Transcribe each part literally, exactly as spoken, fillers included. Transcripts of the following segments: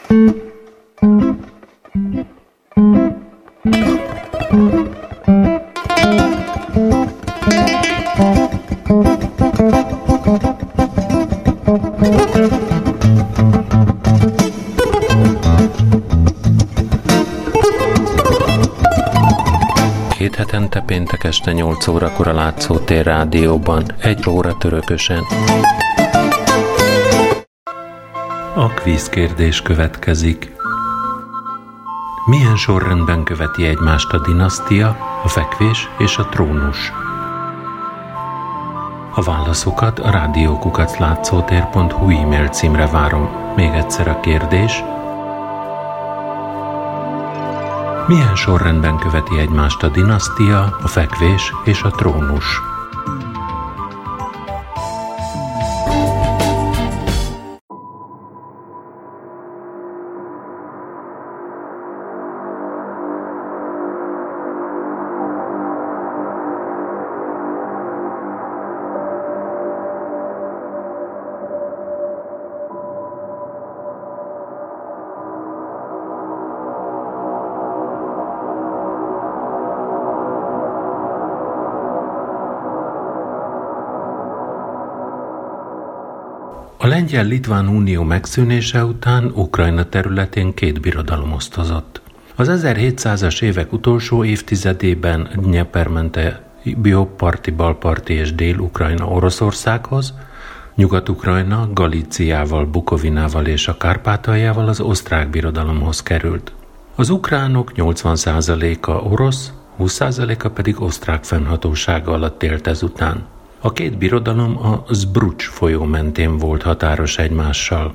Két hetente péntek este nyolc órakor a Látszótér Rádióban, egy óra törökösen. A kvízkérdés következik. Milyen sorrendben követi egymást a dinasztia, a fekvés és a trónus? A válaszokat a rádiókukac látszótér pont hu e-mail címre várom. Még egyszer a kérdés. Milyen sorrendben követi egymást a dinasztia, a fekvés és a trónus? A Lengyel-Litván Unió megszűnése után Ukrajna területén két birodalom osztozott. Az ezerhétszázas évek utolsó évtizedében Dnyeper mente jobb parti, balparti és Dél-Ukrajna Oroszországhoz, Nyugat-Ukrajna Galíciával, Bukovinával és a Kárpátaljával az osztrák birodalomhoz került. Az ukránok nyolcvan százaléka orosz, húsz százaléka pedig osztrák fennhatósága alatt élt ezután. A két birodalom a Zbrucs folyó mentén volt határos egymással.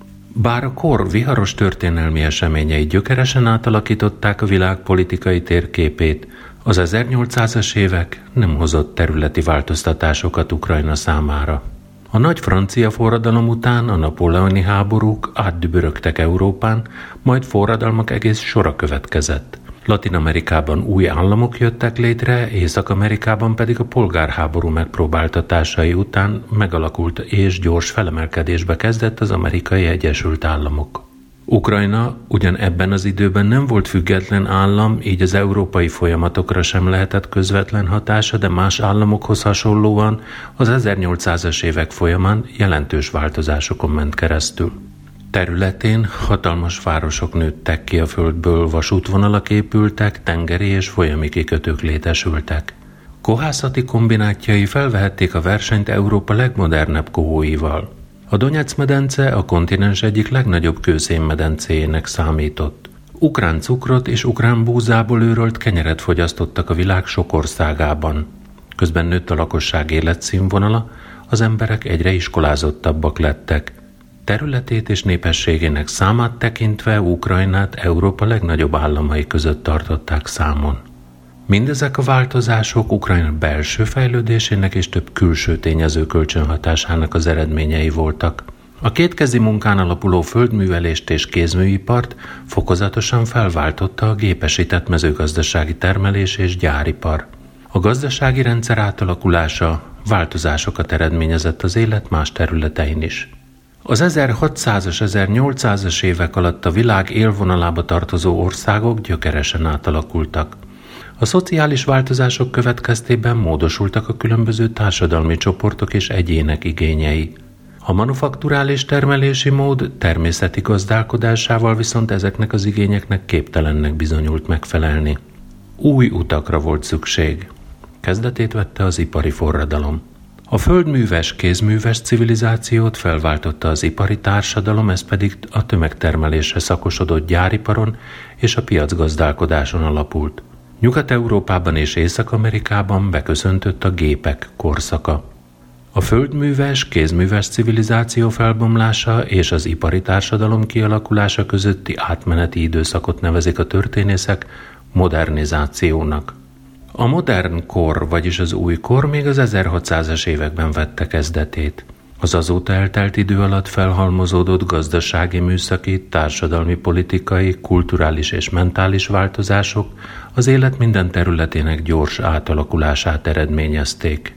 Bár a kor viharos történelmi eseményei gyökeresen átalakították a világ politikai térképét, az ezernyolcszázas évek nem hozott területi változtatásokat Ukrajna számára. A nagy francia forradalom után a napóleoni háborúk átdübörögtek Európán, majd forradalmak egész sora következett. Latin-Amerikában új államok jöttek létre, Észak-Amerikában pedig a polgárháború megpróbáltatásai után megalakult és gyors felemelkedésbe kezdett az Amerikai Egyesült Államok. Ukrajna ugyan ebben az időben nem volt független állam, így az európai folyamatokra sem lehetett közvetlen hatása, de más államokhoz hasonlóan az ezernyolcszázas évek folyamán jelentős változásokon ment keresztül. Területén hatalmas városok nőttek ki a földből, vasútvonalak épültek, tengeri és folyami kikötők létesültek. Kohászati kombinátjai felvehették a versenyt Európa legmodernebb kohóival. A Donec-medence a kontinens egyik legnagyobb kőszénmedencéjének számított. Ukrán cukrot és ukrán búzából őrölt kenyeret fogyasztottak a világ sok országában. Közben nőtt a lakosság életszínvonala, az emberek egyre iskolázottabbak lettek. Területét és népességének számát tekintve Ukrajnát Európa legnagyobb államai között tartották számon. Mindezek a változások Ukrajna belső fejlődésének és több külső tényező kölcsönhatásának az eredményei voltak. A kétkezi munkán alapuló földművelést és kézműipart fokozatosan felváltotta a gépesített mezőgazdasági termelés és gyáripar. A gazdasági rendszer átalakulása változásokat eredményezett az élet más területein is. Az ezerhatszázas, ezernyolcszázas évek alatt a világ élvonalába tartozó országok gyökeresen átalakultak. A szociális változások következtében módosultak a különböző társadalmi csoportok és egyének igényei. A manufakturális termelési mód természeti gazdálkodásával viszont ezeknek az igényeknek képtelennek bizonyult megfelelni. Új utakra volt szükség. Kezdetét vette az ipari forradalom. A földműves, kézműves civilizációt felváltotta az ipari társadalom, ez pedig a tömegtermelésre szakosodott gyáriparon és a piacgazdálkodáson alapult. Nyugat-Európában és Észak-Amerikában beköszöntött a gépek korszaka. A földműves, kézműves civilizáció felbomlása és az ipari társadalom kialakulása közötti átmeneti időszakot nevezik a történészek modernizációnak. A modern kor, vagyis az új kor még az ezerhatszázas években vette kezdetét. Az azóta eltelt idő alatt felhalmozódott gazdasági, műszaki, társadalmi, politikai, kulturális és mentális változások az élet minden területének gyors átalakulását eredményezték.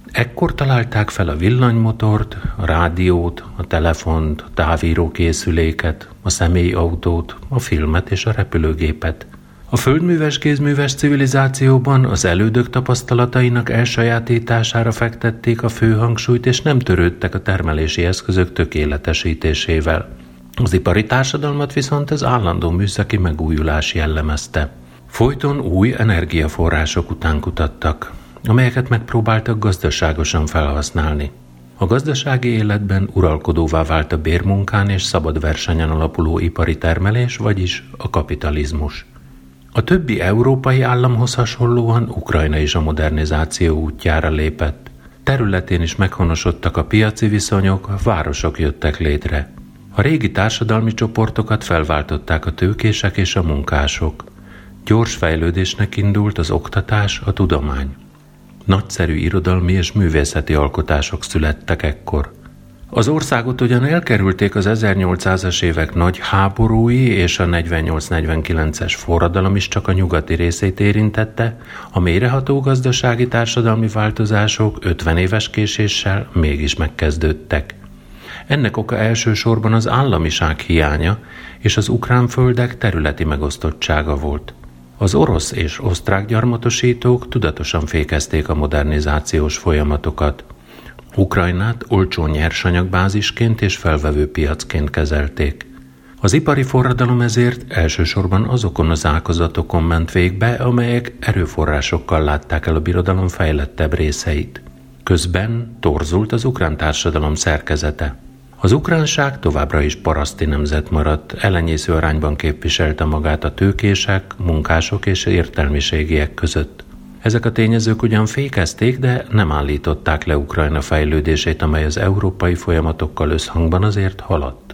Ekkor találták fel a villanymotort, a rádiót, a telefont, a távírókészüléket, a személyautót, a filmet és a repülőgépet. A földműves kézműves civilizációban az elődök tapasztalatainak elsajátítására fektették a főhangsúlyt, és nem törődtek a termelési eszközök tökéletesítésével. Az ipari társadalmat viszont az állandó műszaki megújulás jellemezte. Folyton új energiaforrások után kutattak, amelyeket megpróbáltak gazdaságosan felhasználni. A gazdasági életben uralkodóvá vált a bérmunkán és szabad versenyen alapuló ipari termelés, vagyis a kapitalizmus. A többi európai államhoz hasonlóan Ukrajna is a modernizáció útjára lépett. Területén is meghonosodtak a piaci viszonyok, a városok jöttek létre. A régi társadalmi csoportokat felváltották a tőkések és a munkások. Gyors fejlődésnek indult az oktatás, a tudomány. Nagyszerű irodalmi és művészeti alkotások születtek ekkor. Az országot ugyan elkerülték az ezernyolcszázas évek nagy háborúi és a negyvennyolc-negyvenkilences forradalom is csak a nyugati részét érintette, a mélyreható gazdasági társadalmi változások ötven éves késéssel mégis megkezdődtek. Ennek oka elsősorban az államiság hiánya és az ukrán földek területi megosztottsága volt. Az orosz és osztrák gyarmatosítók tudatosan fékezték a modernizációs folyamatokat. Ukrajnát olcsó nyersanyagbázisként és felvevő piacként kezelték. Az ipari forradalom ezért elsősorban azokon az ágazatokon ment végbe, amelyek erőforrásokkal látták el a birodalom fejlettebb részeit. Közben torzult az ukrán társadalom szerkezete. Az ukránság továbbra is paraszti nemzet maradt, elenyésző arányban képviselte magát a tőkések, munkások és értelmiségiek között. Ezek a tényezők ugyan fékezték, de nem állították le Ukrajna fejlődését, amely az európai folyamatokkal összhangban azért haladt.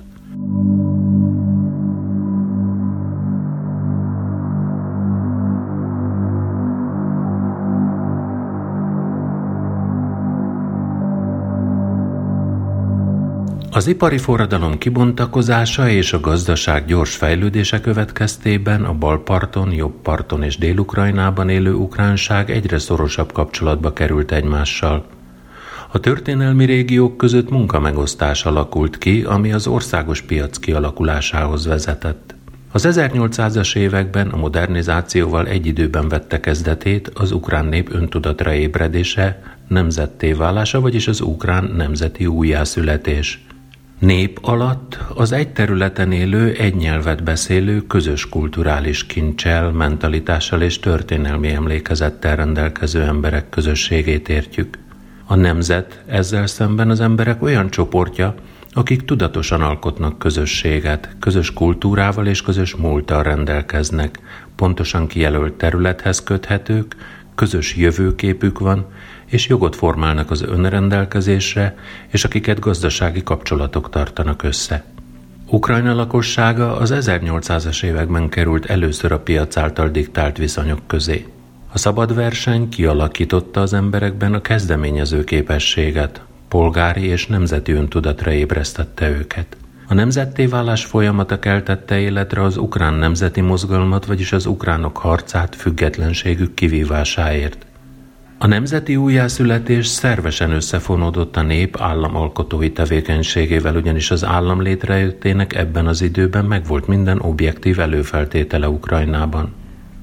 Az ipari forradalom kibontakozása és a gazdaság gyors fejlődése következtében a balparton, jobbparton és Dél-Ukrajnában élő ukránság egyre szorosabb kapcsolatba került egymással. A történelmi régiók között munkamegosztás alakult ki, ami az országos piac kialakulásához vezetett. Az ezernyolcszázas években a modernizációval egy időben vette kezdetét az ukrán nép öntudatra ébredése, nemzetté válása, vagyis az ukrán nemzeti újjászületés. Nép alatt az egy területen élő, egy nyelvet beszélő, közös kulturális kincsel, mentalitással és történelmi emlékezettel rendelkező emberek közösségét értjük. A nemzet ezzel szemben az emberek olyan csoportja, akik tudatosan alkotnak közösséget, közös kultúrával és közös múlttal rendelkeznek, pontosan kijelölt területhez köthetők, közös jövőképük van, és jogot formálnak az önrendelkezésre, és akiket gazdasági kapcsolatok tartanak össze. Ukrajna lakossága az ezernyolcszázas években került először a piac által diktált viszonyok közé. A szabad verseny kialakította az emberekben a kezdeményező képességet, polgári és nemzeti öntudatra ébresztette őket. A nemzetté válás folyamata keltette életre az ukrán nemzeti mozgalmat, vagyis az ukránok harcát függetlenségük kivívásáért. A nemzeti újjászületés szervesen összefonódott a nép államalkotói tevékenységével, ugyanis az állam létrejöttének ebben az időben megvolt minden objektív előfeltétele Ukrajnában.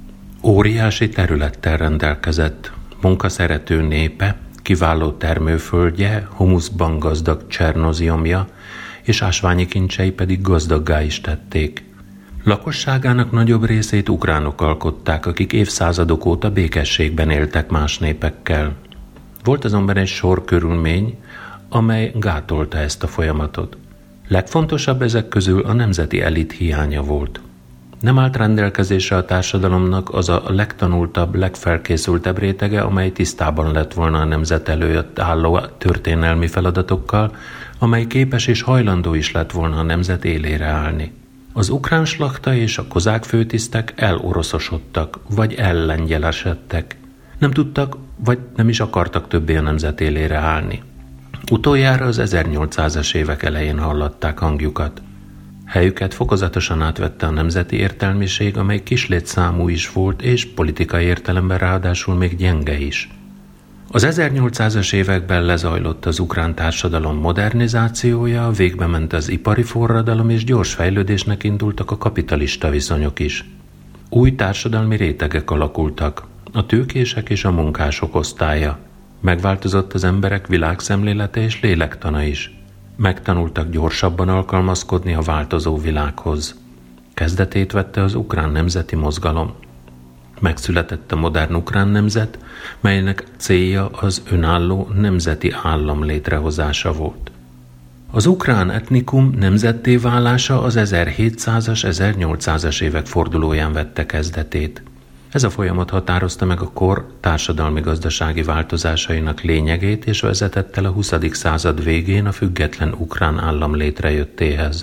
Óriási területtel rendelkezett, munkaszerető népe, kiváló termőföldje, humuszban gazdag csernoziomja, és ásványi kincsei pedig gazdaggá is tették. Lakosságának nagyobb részét ukránok alkották, akik évszázadok óta békességben éltek más népekkel. Volt azonban egy sor körülmény, amely gátolta ezt a folyamatot. Legfontosabb ezek közül a nemzeti elit hiánya volt. Nem állt rendelkezésre a társadalomnak az a legtanultabb, legfelkészültebb rétege, amely tisztában lett volna a nemzet előtt álló történelmi feladatokkal, amely képes és hajlandó is lett volna a nemzet élére állni. Az ukrán slachta és a kozák főtisztek eloroszosodtak, vagy ellengyelesedtek. Nem tudtak, vagy nem is akartak többé a nemzet élére állni. Utoljára az ezernyolcszázas évek elején hallatták hangjukat. Helyüket fokozatosan átvette a nemzeti értelmiség, amely kislétszámú is volt, és politikai értelemben ráadásul még gyenge is. Az ezernyolcszázas években lezajlott az ukrán társadalom modernizációja, végbe ment az ipari forradalom, és gyors fejlődésnek indultak a kapitalista viszonyok is. Új társadalmi rétegek alakultak, a tőkések és a munkások osztálya. Megváltozott az emberek világszemlélete és lélektana is. Megtanultak gyorsabban alkalmazkodni a változó világhoz. Kezdetét vette az ukrán nemzeti mozgalom. Megszületett a modern ukrán nemzet, melynek célja az önálló nemzeti állam létrehozása volt. Az ukrán etnikum nemzetté válása az ezerhétszázas, ezernyolcszázas évek fordulóján vette kezdetét. Ez a folyamat határozta meg a kor társadalmi-gazdasági változásainak lényegét, és vezetett el a huszadik század végén a független ukrán állam létrejöttéhez.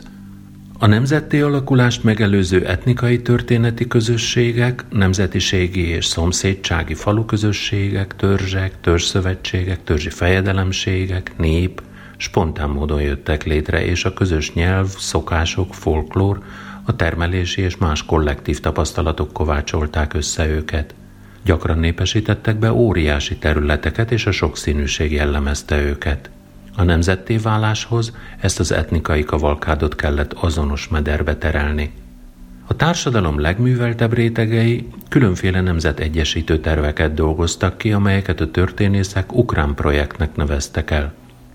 A nemzetté alakulást megelőző etnikai történeti közösségek, nemzetiségi és szomszédsági faluközösségek, törzsek, törzsszövetségek, törzsi fejedelemségek, nép spontán módon jöttek létre, és a közös nyelv, szokások, folklór, a termelési és más kollektív tapasztalatok kovácsolták össze őket. Gyakran népesítettek be óriási területeket, és a sokszínűség jellemezte őket. A nemzetté váláshoz ezt az etnikai kavalkádot kellett azonos mederbe terelni. A társadalom legműveltebb rétegei különféle nemzetegyesítő terveket dolgoztak ki, amelyeket a történészek ukrán projektnek neveztek el.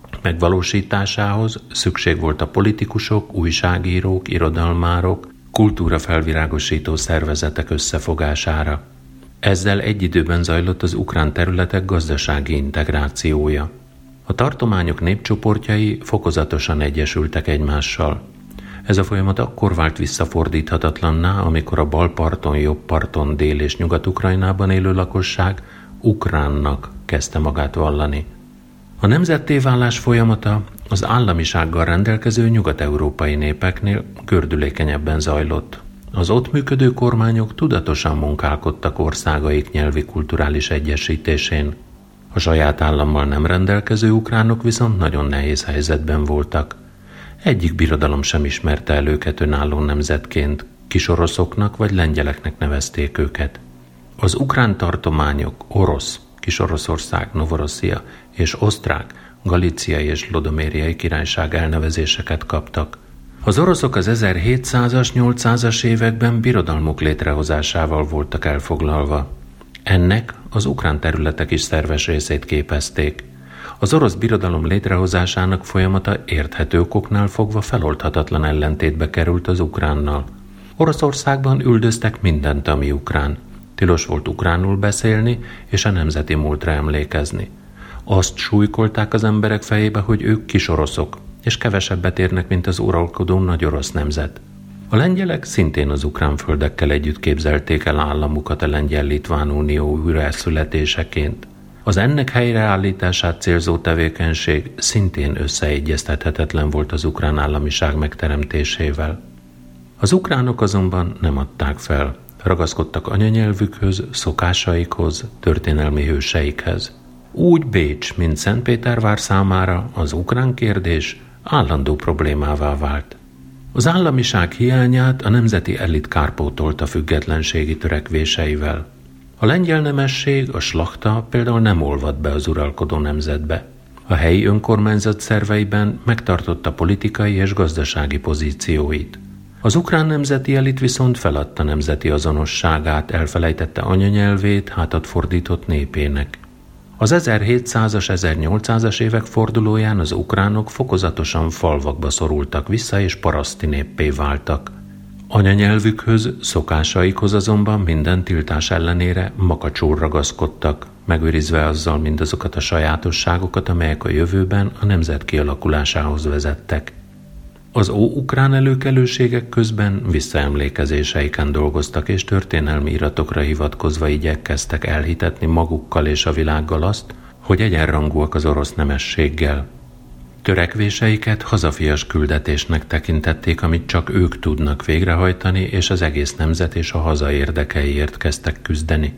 Megvalósításához szükség volt a politikusok, újságírók, irodalmárok, kultúrafelvirágosító szervezetek összefogására. Ezzel egy időben zajlott az ukrán területek gazdasági integrációja. A tartományok népcsoportjai fokozatosan egyesültek egymással. Ez a folyamat akkor vált visszafordíthatatlanná, amikor a bal parton, jobb parton, dél- és nyugat-ukrajnában élő lakosság ukránnak kezdte magát vallani. A nemzetté válás folyamata az államisággal rendelkező nyugat-európai népeknél gördülékenyebben zajlott. Az ott működő kormányok tudatosan munkálkodtak országaik nyelvi-kulturális egyesítésén. A saját állammal nem rendelkező ukránok viszont nagyon nehéz helyzetben voltak. Egyik birodalom sem ismerte el őket önálló nemzetként, kisoroszoknak vagy lengyeleknek nevezték őket. Az ukrán tartományok orosz, Kis-Oroszország, Novorosszia és osztrák, galíciai és lodomériai királyság elnevezéseket kaptak. Az oroszok az ezerhétszázas, nyolcszázas években birodalmuk létrehozásával voltak elfoglalva. Ennek az ukrán területek is szerves részét képezték. Az orosz birodalom létrehozásának folyamata érthető okoknál fogva feloldhatatlan ellentétbe került az ukránnal. Oroszországban üldöztek mindent, ami ukrán. Tilos volt ukránul beszélni és a nemzeti múltra emlékezni. Azt súlykolták az emberek fejébe, hogy ők kisoroszok, és kevesebbet érnek, mint az uralkodó nagy orosz nemzet. A lengyelek szintén az ukrán földekkel együtt képzelték el államukat a Lengyel-Litván Unió újraeszületéseként. Az ennek helyreállítását célzó tevékenység szintén összeegyeztethetetlen volt az ukrán államiság megteremtésével. Az ukránok azonban nem adták fel, ragaszkodtak anyanyelvükhöz, szokásaikhoz, történelmi hőseikhez. Úgy Bécs, mint Szentpétervár számára az ukrán kérdés állandó problémává vált. Az államiság hiányát a nemzeti elit kárpótolta függetlenségi törekvéseivel. A lengyel nemesség, a slachta például nem olvadt be az uralkodó nemzetbe. A helyi önkormányzat szerveiben megtartotta politikai és gazdasági pozícióit. Az ukrán nemzeti elit viszont feladta nemzeti azonosságát, elfelejtette anyanyelvét, hátat fordított népének. Az ezerhétszázas, ezernyolcszázas évek fordulóján az ukránok fokozatosan falvakba szorultak vissza és paraszti néppé váltak. Anyanyelvükhöz, szokásaikhoz azonban minden tiltás ellenére makacsul ragaszkodtak, megőrizve azzal mindazokat a sajátosságokat, amelyek a jövőben a nemzet kialakulásához vezettek. Az óukrán előkelőségek közben visszaemlékezéseiken dolgoztak, és történelmi iratokra hivatkozva igyekeztek elhitetni magukkal és a világgal azt, hogy egyenrangúak az orosz nemességgel. Törekvéseiket hazafias küldetésnek tekintették, amit csak ők tudnak végrehajtani, és az egész nemzet és a haza érdekeiért kezdtek küzdeni.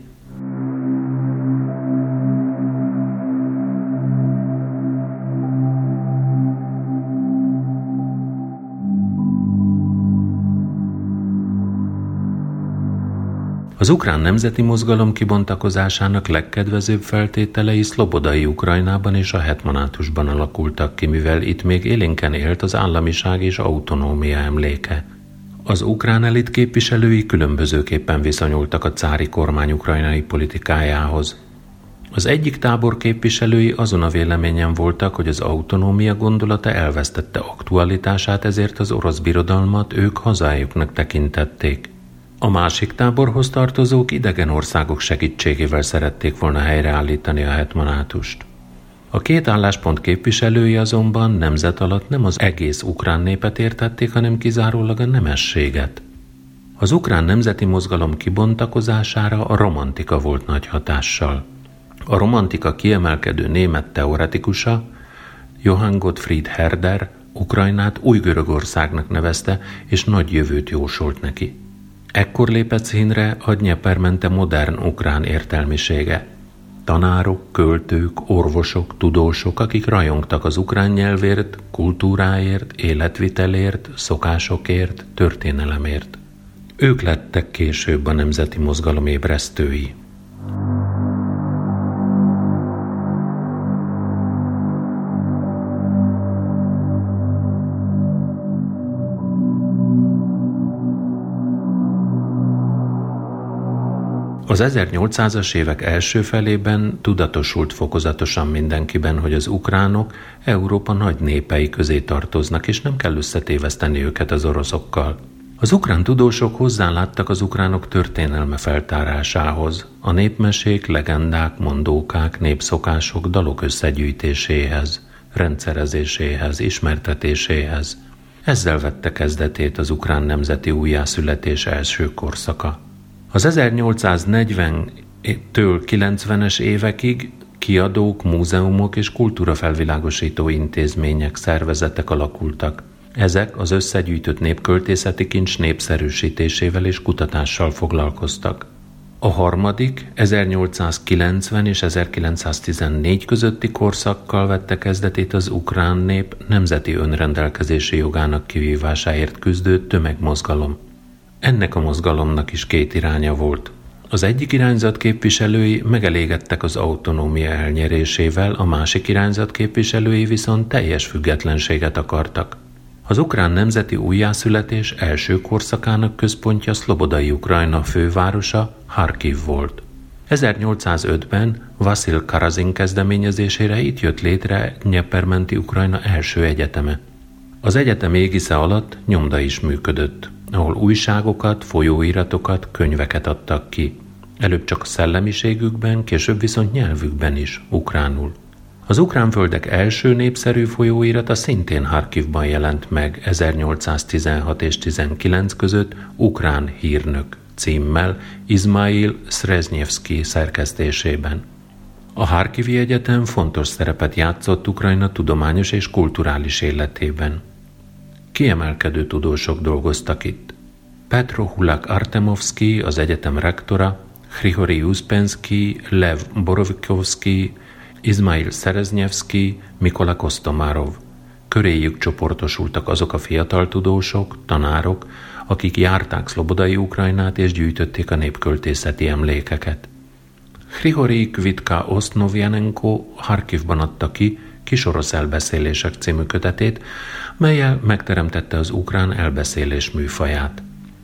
Az ukrán nemzeti mozgalom kibontakozásának legkedvezőbb feltételei Szlobodai Ukrajnában és a hetmanátusban alakultak ki, mivel itt még élénken élt az államiság és autonómia emléke. Az ukrán elit képviselői különbözőképpen viszonyultak a cári kormány ukrajnai politikájához. Az egyik tábor képviselői azon a véleményen voltak, hogy az autonómia gondolata elvesztette aktualitását, ezért az orosz birodalmat ők hazájuknak tekintették. A másik táborhoz tartozók idegen országok segítségével szerették volna helyreállítani a hetmanátust. A két álláspont képviselői azonban nemzet alatt nem az egész ukrán népet értették, hanem kizárólag a nemességet. Az ukrán nemzeti mozgalom kibontakozására a romantika volt nagy hatással. A romantika kiemelkedő német teoretikusa, Johann Gottfried Herder Ukrajnát új Görögországnak nevezte, és nagy jövőt jósolt neki. Ekkor lépett színre a Dnyeper-mente modern ukrán értelmisége. Tanárok, költők, orvosok, tudósok, akik rajongtak az ukrán nyelvért, kultúráért, életvitelért, szokásokért, történelemért. Ők lettek később a nemzeti mozgalom ébresztői. Az ezernyolcszázas évek első felében tudatosult fokozatosan mindenkiben, hogy az ukránok Európa nagy népei közé tartoznak, és nem kell összetéveszteni őket az oroszokkal. Az ukrán tudósok hozzáláttak az ukránok történelme feltárásához, a népmesék, legendák, mondókák, népszokások, dalok összegyűjtéséhez, rendszerezéséhez, ismertetéséhez. Ezzel vette kezdetét az ukrán nemzeti újjászületés első korszaka. Az ezernyolcszáznegyventől kilencvenes évekig kiadók, múzeumok és kultúrafelvilágosító intézmények, szervezetek alakultak. Ezek az összegyűjtött népköltészeti kincs népszerűsítésével és kutatással foglalkoztak. A harmadik, ezernyolcszázkilencven és ezerkilencszáztizennégy közötti korszakkal vette kezdetét az ukrán nép nemzeti önrendelkezési jogának kivívásáért küzdő tömegmozgalom. Ennek a mozgalomnak is két iránya volt. Az egyik irányzat képviselői megelégedtek az autonómia elnyerésével, a másik irányzat képviselői viszont teljes függetlenséget akartak. Az ukrán nemzeti újjászületés első korszakának központja Szlobodai Ukrajna fővárosa, Harkiv volt. ezernyolcszázötben Vasil Karazin kezdeményezésére itt jött létre Dnyeper-menti Ukrajna első egyeteme. Az egyetem égisze alatt nyomda is működött, ahol újságokat, folyóiratokat, könyveket adtak ki. Előbb csak a szellemiségükben, később viszont nyelvükben is, ukránul. Az ukrán földek első népszerű folyóirata szintén Harkivban jelent meg ezernyolcszáztizenhat és tizenkilenc között Ukrán hírnök címmel Izmail Szreznyevszky szerkesztésében. A Harkivi Egyetem fontos szerepet játszott Ukrajna tudományos és kulturális életében. Kiemelkedő tudósok dolgoztak itt. Petro Hulak Artemovszky, az egyetem rektora, Hrihori Uspensky, Lev Borovikovszky, Izmail Szereznyevszky, Mikola Kosztomárov. Köréjük csoportosultak azok a fiatal tudósok, tanárok, akik járták Szlobodai Ukrajnát és gyűjtötték a népköltészeti emlékeket. Hrihori Kvitka Osznovjanenko Harkivban adta ki Kisorosz elbeszélések című kötetét, mellyel megteremtette az ukrán elbeszélés műfaját.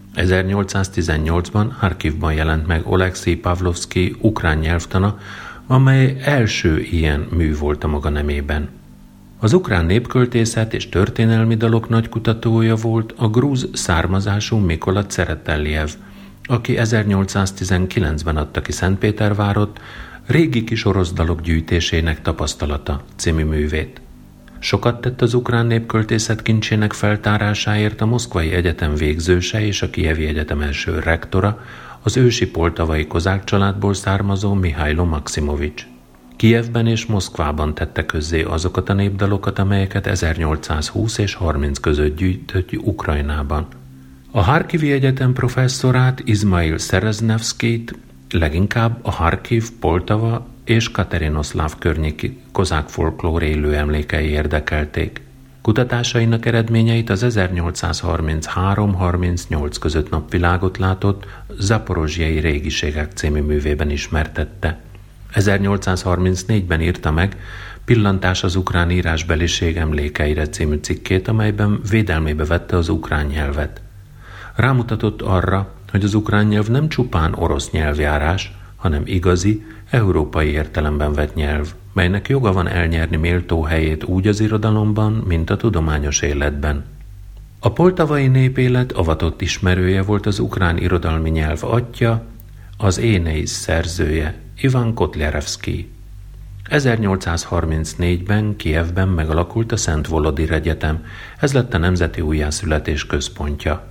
ezernyolcszáztizennyolcban Harkivban jelent meg Oleksij Pavlovszky ukrán nyelvtana, amely első ilyen mű volt a maga nemében. Az ukrán népköltészet és történelmi dalok nagy kutatója volt a grúz származású Mikola Tsereteljev, aki ezernyolcszáztizenkilencben adta ki Szentpétervárot Régi kis orosz dalok gyűjtésének tapasztalata című művét. Sokat tett az ukrán népköltészet kincsének feltárásáért a Moszkvai Egyetem végzőse és a Kijevi Egyetem első rektora, az ősi poltavai kozák családból származó Mihailo Maksimovics. Kijevben és Moszkvában tette közzé azokat a népdalokat, amelyeket ezernyolcszázhúsz és harminc között gyűjtött Ukrajnában. A Harkivi Egyetem professzorát, Izmail Szereznevszkyt leginkább a Harkiv, Poltava és Katerinoszláv környéki kozák folklór élő emlékei érdekelték. Kutatásainak eredményeit az ezernyolcszázharminchárom harmincnyolc között napvilágot látott Zaporozsjai régiségek című művében ismertette. ezernyolcszázharmincnégyben írta meg Pillantás az ukrán írásbeliség emlékeire című cikkét, amelyben védelmébe vette az ukrán nyelvet. Rámutatott arra, hogy az ukrán nyelv nem csupán orosz nyelvjárás, hanem igazi, európai értelemben vett nyelv, melynek joga van elnyerni méltó helyét úgy az irodalomban, mint a tudományos életben. A poltavai népélet avatott ismerője volt az ukrán irodalmi nyelv atya, az Éneis szerzője, Ivan Kotlярevszkij. ezernyolcszázharmincnégyben Kijevben megalakult a Szent Volodimir Egyetem, ez lett a nemzeti újjászületés központja.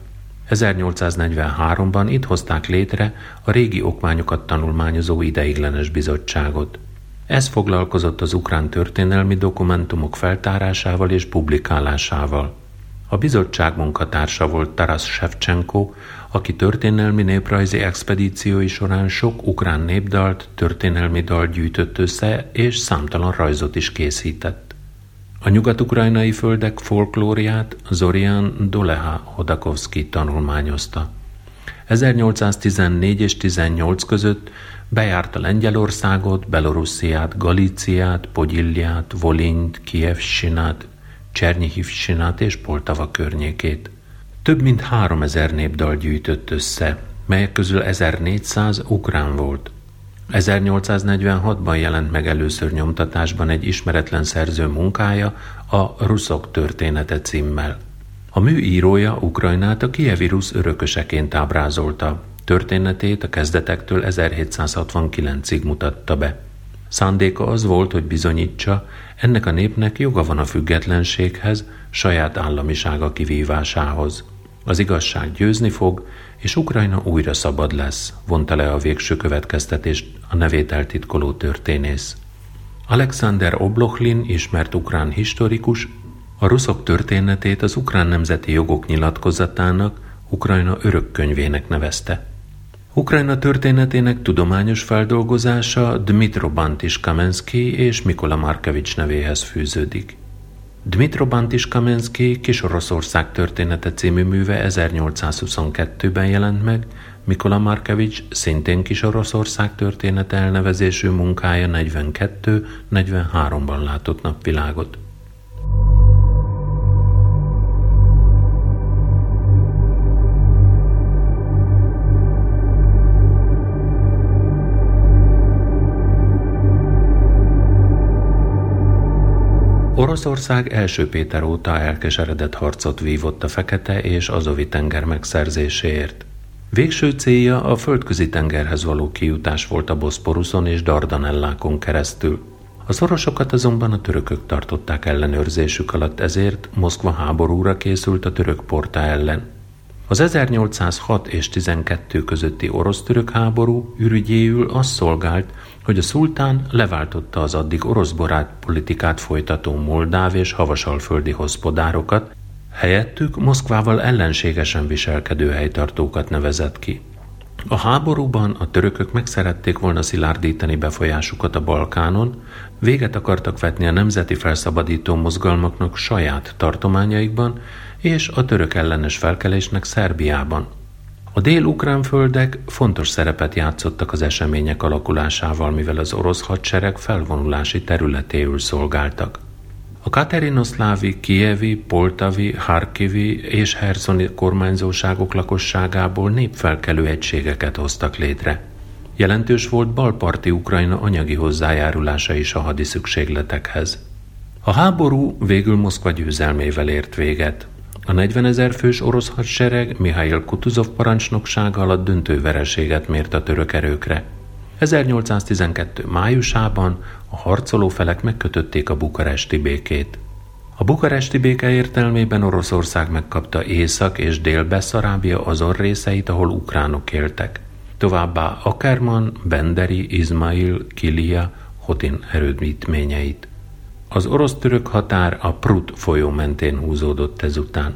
ezernyolcszáznegyvenháromban itt hozták létre a régi okmányokat tanulmányozó ideiglenes bizottságot. Ez foglalkozott az ukrán történelmi dokumentumok feltárásával és publikálásával. A bizottság munkatársa volt Taras Shevchenko, aki történelmi néprajzi expedíciói során sok ukrán népdalt, történelmi dalt gyűjtött össze, és számtalan rajzot is készített. A nyugat-ukrajnai földek folklóriát Zorian Doleha Hodakovszkij tanulmányozta. ezernyolcszáztizennégy és tizennyolc között bejárta Lengyelországot, Belorussziát, Galíciát, Pogyilliát, Volint, Kijevsinát, Csernihivsinát és Poltava környékét. Több mint háromezer népdal gyűjtött össze, melyek közül ezernégyszáz ukrán volt. ezernyolcszáznegyvenhatban jelent meg először nyomtatásban egy ismeretlen szerző munkája, a Ruszok története címmel. A mű írója Ukrajnát a kijevi rusz örököseként ábrázolta, történetét a kezdetektől ezerhétszázhatvankilencig mutatta be. Szándéka az volt, hogy bizonyítsa, ennek a népnek joga van a függetlenséghez, saját államisága kivívásához. Az igazság győzni fog, és Ukrajna újra szabad lesz, vonta le a végső következtetést a nevét eltitkoló történész. Alexander Oblochlin, ismert ukrán historikus, a ruszok történetét az ukrán nemzeti jogok nyilatkozatának, Ukrajna örökkönyvének nevezte. Ukrajna történetének tudományos feldolgozása Dmitro Bantis-Kamenszkij és Mikola Markevics nevéhez fűződik. Dmitro Bantis-Kamenszkij Kis-Oroszország története című műve ezernyolcszázhuszonkettőben jelent meg, Mikola Markevics szintén Kis-Oroszország története elnevezésű munkája negyvenkettő negyvenháromban látott napvilágot. Oroszország első Péter óta elkeseredett harcot vívott a Fekete és Azovi tenger megszerzéséért. Végső célja a földközi tengerhez való kijutás volt a Boszporuszon és Dardanellákon keresztül. A szorosokat azonban a törökök tartották ellenőrzésük alatt, ezért Moszkva háborúra készült a török porta ellen. Az ezernyolcszázhat és tizenkettő közötti orosz-török háború ürügyéül az szolgált, hogy a szultán leváltotta az addig orosz-barát politikát folytató moldáv és havasalföldi hospodárokat, helyettük Moszkvával ellenségesen viselkedő helytartókat nevezett ki. A háborúban a törökök megszerették volna szilárdítani befolyásukat a Balkánon, véget akartak vetni a nemzeti felszabadító mozgalmaknak saját tartományaikban és a török ellenes felkelésnek Szerbiában. A dél-ukrán földek fontos szerepet játszottak az események alakulásával, mivel az orosz hadsereg felvonulási területéül szolgáltak. A katerinoszlávi, kijevi, poltavi, harkivi és herzoni kormányzóságok lakosságából népfelkelő egységeket hoztak létre. Jelentős volt balparti Ukrajna anyagi hozzájárulása is a hadi szükségletekhez. A háború végül Moszkva győzelmével ért véget. A negyvenezer fős orosz hadsereg Mihail Kutuzov parancsnoksága alatt döntő vereséget mért a török erőkre. ezernyolcszáztizenkettő májusában a harcoló felek megkötötték a bukaresti békét. A bukaresti béke értelmében Oroszország megkapta Észak- és Dél-Beszarábia azon részeit, ahol ukránok éltek. Továbbá Akerman, Benderi, Izmail, Kilia, Hotin erődítményeit. Az orosz-török határ a Prut folyó mentén húzódott ezután.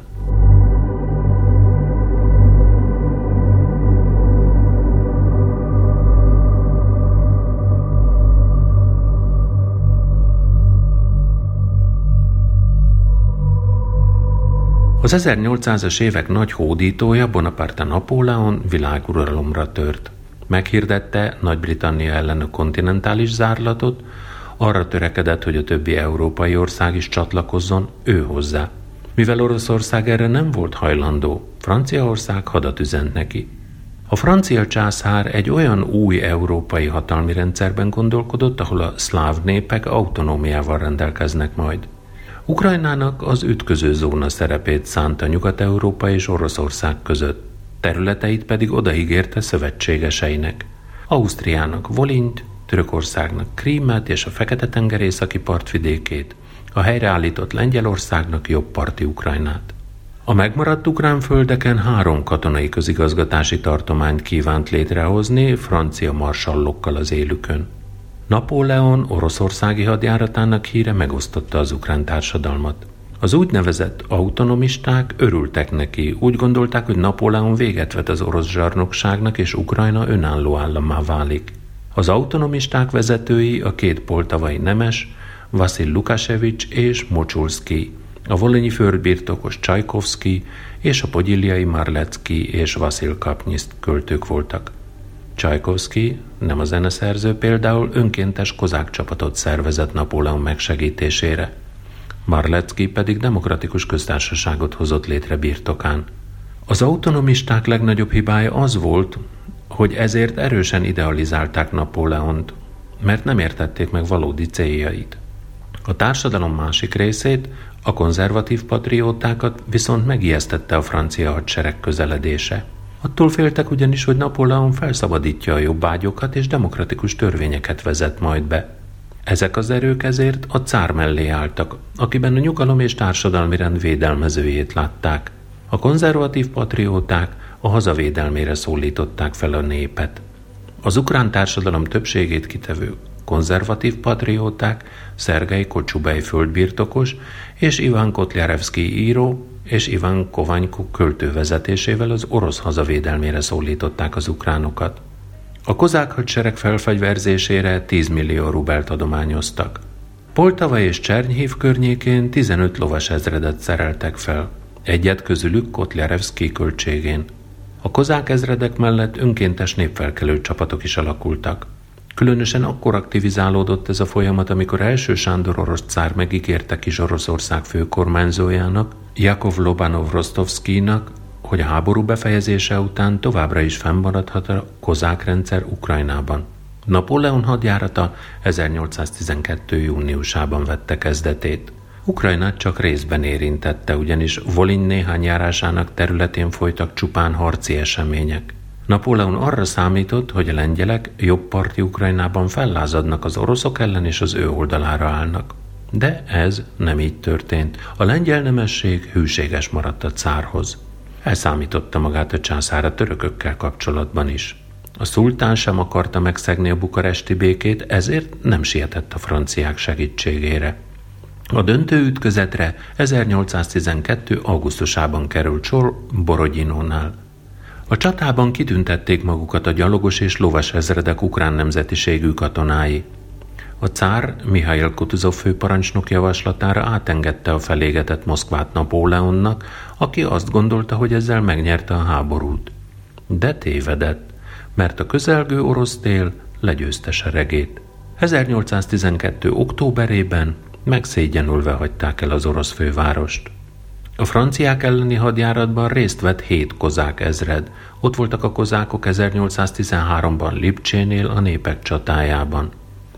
Az ezernyolcszázas évek nagy hódítója, Bonaparte Napóleon világuralomra tört. Meghirdette Nagy-Britannia ellen a kontinentális zárlatot, arra törekedett, hogy a többi európai ország is csatlakozzon ő hozzá. Mivel Oroszország erre nem volt hajlandó, Franciaország hadat üzent neki. A francia császár egy olyan új európai hatalmi rendszerben gondolkodott, ahol a szláv népek autonómiával rendelkeznek majd. Ukrajnának az ütköző zóna szerepét szánta Nyugat-Európa és Oroszország között, területeit pedig odaígérte szövetségeseinek. Ausztriának Volint, Törökországnak Krímet és a Fekete-tenger északi partvidékét, a helyreállított Lengyelországnak jobb parti Ukrajnát. A megmaradt ukrán földeken három katonai közigazgatási tartományt kívánt létrehozni francia marsallokkal az élükön. Napóleon oroszországi hadjáratának híre megosztotta az ukrán társadalmat. Az úgynevezett autonomisták örültek neki, úgy gondolták, hogy Napóleon véget vet az orosz zsarnokságnak és Ukrajna önálló állammá válik. Az autonomisták vezetői a két poltavai nemes, Vasil Lukasevics és Mochulszky, a volonyi földbirtokos Csajkovszky és a podilliai Marlecki és Vasil Kapnyiszt költők voltak. Csajkovszky, nem a zeneszerző, például önkéntes kozák csapatot szervezett Napóleon megsegítésére. Marlecki pedig demokratikus köztársaságot hozott létre birtokán. Az autonomisták legnagyobb hibája az volt, hogy ezért erősen idealizálták Napóleont, mert nem értették meg valódi céljait. A társadalom másik részét, a konzervatív patriótákat viszont megijesztette a francia hadsereg közeledése. Attól féltek ugyanis, hogy Napóleon felszabadítja a jobbágyokat és demokratikus törvényeket vezet majd be. Ezek az erők ezért a cár mellé álltak, akiben a nyugalom és társadalmi rend védelmezőjét látták. A konzervatív patrióták a hazavédelmére szólították fel a népet. Az ukrán társadalom többségét kitevő konzervatív patrióták Szergej Kocsubej földbirtokos és Iván Kotlярevszky író és Iván Kovanyko költő vezetésével az orosz hazavédelmére szólították az ukránokat. A kozák hadsereg felfegyverzésére tíz millió rubelt adományoztak. Poltava és Csernyhív környékén tizenöt lovas ezredet szereltek fel, egyet közülük Kotlярevszky költségén. A kozák ezredek mellett önkéntes népfelkelő csapatok is alakultak. Különösen akkor aktivizálódott ez a folyamat, amikor első Sándor orosz cár megígérte Kis Oroszország főkormányzójának, Jakov Lobanov-Rostovszkynak, hogy a háború befejezése után továbbra is fennmaradhat a kozák rendszer Ukrajnában. Napóleon hadjárata ezernyolcszáztizenkettő. júniusában vette kezdetét. Ukrajnát csak részben érintette, ugyanis Volin néhány járásának területén folytak csupán harci események. Napóleon arra számított, hogy a lengyelek jobb parti Ukrajnában fellázadnak az oroszok ellen és az ő oldalára állnak. De ez nem így történt. A lengyel nemesség hűséges maradt a cárhoz. Elszámította magát a császár a törökökkel kapcsolatban is. A szultán sem akarta megszegni a bukaresti békét, ezért nem sietett a franciák segítségére. A döntő ütközetre ezernyolcszáztizenkettő. augusztusában került sor Borogyinónál. A csatában kitüntették magukat a gyalogos és lovas ezredek ukrán nemzetiségű katonái. A cár Mihail Kutuzov főparancsnok javaslatára átengedte a felégetett Moszkvát Napóleonnak, aki azt gondolta, hogy ezzel megnyerte a háborút. De tévedett, mert a közelgő orosz tél legyőzte seregét. ezernyolcszáztizenkettő. októberében megszégyenülve hagyták el az orosz fővárost. A franciák elleni hadjáratban részt vett hét kozák ezred. Ott voltak a kozákok ezernyolcszáztizenháromban Lipcsénél a népek csatájában.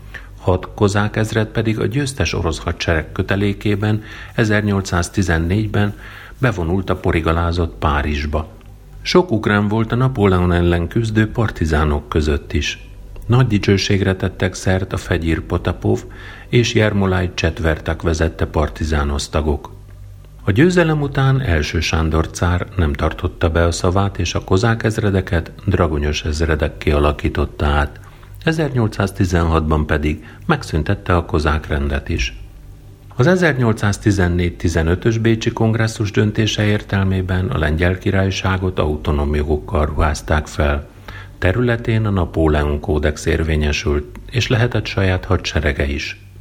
Hat kozák ezred pedig a győztes orosz hadsereg kötelékében ezernyolcszáztizennégyben bevonult a porigalázott Párizsba. Sok ukrán volt a Napóleon ellen küzdő partizánok között is. Nagy dicsőségre tettek szert a Fegyir Potapov és Jermolaj Csetvertak vezette partizánosztagok. A győzelem után első Sándor cár nem tartotta be a szavát, és a kozák ezredeket dragonyos ezredek kialakította át. ezernyolcszáztizenhatban pedig megszüntette a kozák rendet is. Az ezernyolcszáztizennégy tizenötös bécsi kongresszus döntése értelmében a Lengyel Királyságot autonóm jogokkal ruházták fel. Területén a Napóleon kódex érvényesült, és lehetett saját hadserege is.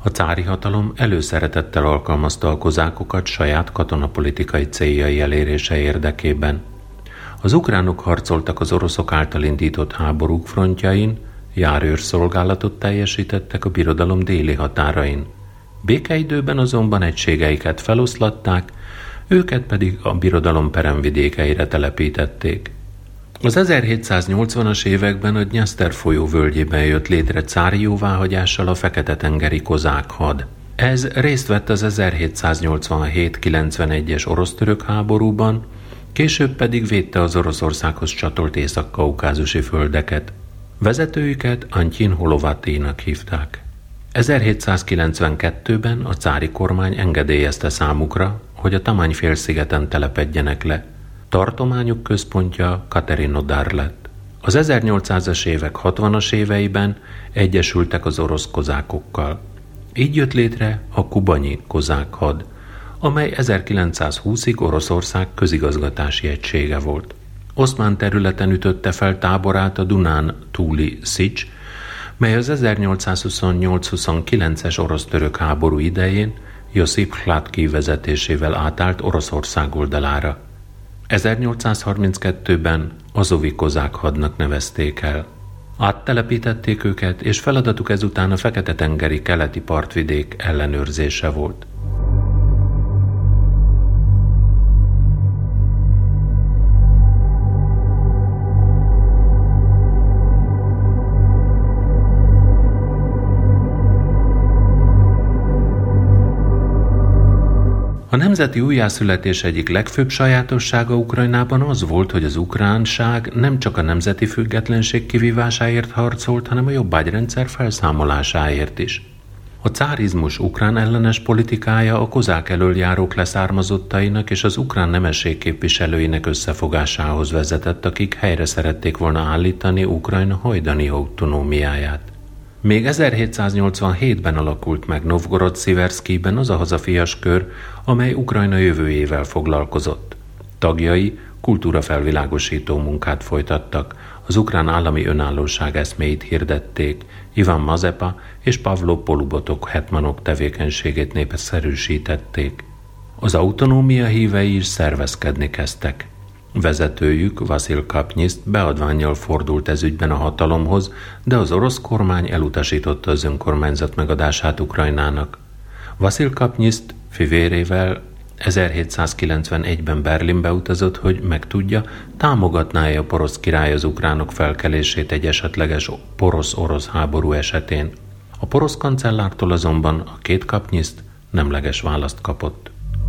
A cári hatalom előszeretettel alkalmazta a kozákokat saját katonapolitikai céljai elérése érdekében. Az ukránok harcoltak az oroszok által indított háborúk frontjain, járőrszolgálatot teljesítettek a birodalom déli határain. Békeidőben azonban egységeiket feloszlatták, őket pedig a birodalom peremvidékeire telepítették. Az ezerhétszáznyolcvanas években a Dnyeszter folyó völgyében jött létre cári jóváhagyással a Fekete-tengeri kozák had. Ez részt vett az ezerhétszáznyolcvanhét kilencvenegyes orosz-török háborúban, később pedig védte az Oroszországhoz csatolt észak-kaukázusi földeket. Vezetőjüket Antyin Holovatinak hívták. ezerhétszázkilencvenkettőben a cári kormány engedélyezte számukra, hogy a Tamany-félszigeten telepedjenek le. Tartományuk központja Katerinodar lett. Az ezernyolcszázas évek hatvanas éveiben egyesültek az orosz kozákokkal. Így jött létre a kubanyi kozák had, amely ezerkilencszázhúszig Oroszország közigazgatási egysége volt. Oszmán területen ütötte fel táborát a Dunán túli Szics, mely az ezernyolcszázhuszonnyolc-huszonkilences orosz-török háború idején Josip Hladkij vezetésével átállt Oroszország oldalára. ezernyolcszázharminckettőben Azovi kozák hadnak nevezték el. Áttelepítették őket, és feladatuk ezután a Fekete-tengeri keleti partvidék ellenőrzése volt. A nemzeti újjászületés egyik legfőbb sajátossága Ukrajnában az volt, hogy az ukránság nem csak a nemzeti függetlenség kivívásáért harcolt, hanem a jobbágyrendszer felszámolásáért is. A cárizmus ukrán ellenes politikája a kozák elöljárók leszármazottainak és az ukrán nemesség képviselőinek összefogásához vezetett, akik helyre szerették volna állítani Ukrajna hajdani autonómiáját. Még ezerhétszáznyolcvanhétben alakult meg Novgorod-Sziverszkijben az a hazafias kör, amely Ukrajna jövőjével foglalkozott. Tagjai kultúrafelvilágosító munkát folytattak, az ukrán állami önállóság eszméit hirdették, Ivan Mazepa és Pavlo Polubotok hetmanok tevékenységét népszerűsítették. Az autonómia hívei is szervezkedni kezdtek. Vezetőjük, Vasil Kapnyiszt beadvánnyal fordult ez ügyben a hatalomhoz, de az orosz kormány elutasította az önkormányzat megadását Ukrajnának. Vasil Kapnyiszt fivérével ezerhétszázkilencvenegyben Berlinbe utazott, hogy megtudja, támogatná-e a porosz király az ukránok felkelését egy esetleges porosz-orosz háború esetén. A porosz kancellártól azonban a két Kapnyiszt nemleges választ kapott.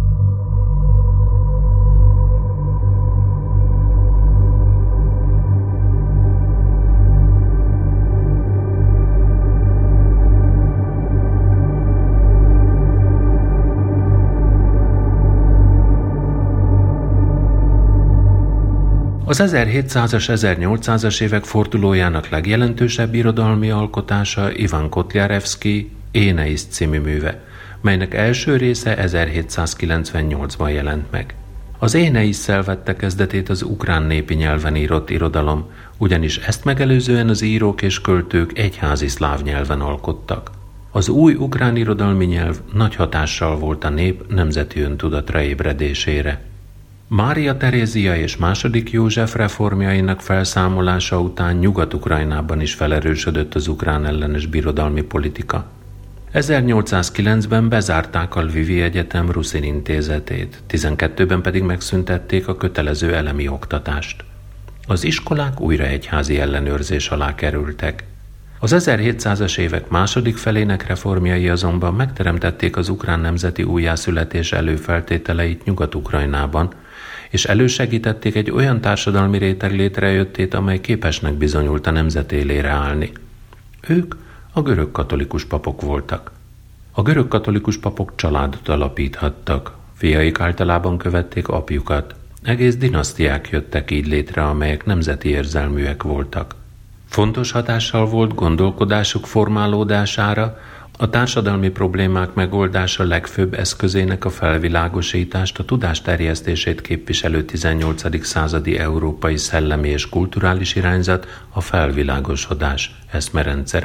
Az ezerhétszázas ezernyolcszázas évek fordulójának legjelentősebb irodalmi alkotása Ivan Kotlярevszkij Éneiszt című műve, melynek első része ezerhétszázkilencvennyolcban jelent meg. Az Éneisszel vette kezdetét az ukrán népi nyelven írott irodalom, ugyanis ezt megelőzően az írók és költők egyházi szláv nyelven alkottak. Az új ukrán irodalmi nyelv nagy hatással volt a nép nemzeti öntudatra ébredésére. Mária Terézia és második József reformjainak felszámolása után Nyugat-Ukrajnában is felerősödött az ukrán ellenes birodalmi politika. ezernyolcszázkilencben bezárták a Lvivi Egyetem Ruszin intézetét, tizenkettőben pedig megszüntették a kötelező elemi oktatást. Az iskolák újra egyházi ellenőrzés alá kerültek. Az ezerhétszázas évek második felének reformjai azonban megteremtették az ukrán nemzeti újjászületés előfeltételeit Nyugat-Ukrajnában, és elősegítették egy olyan társadalmi réteg létrejöttét, amely képesnek bizonyult a nemzet élére állni. Ők a görögkatolikus papok voltak. A görögkatolikus papok családot alapíthattak, fiaik általában követték apjukat. Egész dinasztiák jöttek így létre, amelyek nemzeti érzelműek voltak. Fontos hatással volt gondolkodásuk formálódására, a társadalmi problémák megoldása legfőbb eszközének a felvilágosítást, a tudás terjesztését képviselő tizennyolcadik századi európai szellemi és kulturális irányzat, a felvilágosodás eszmerendszere.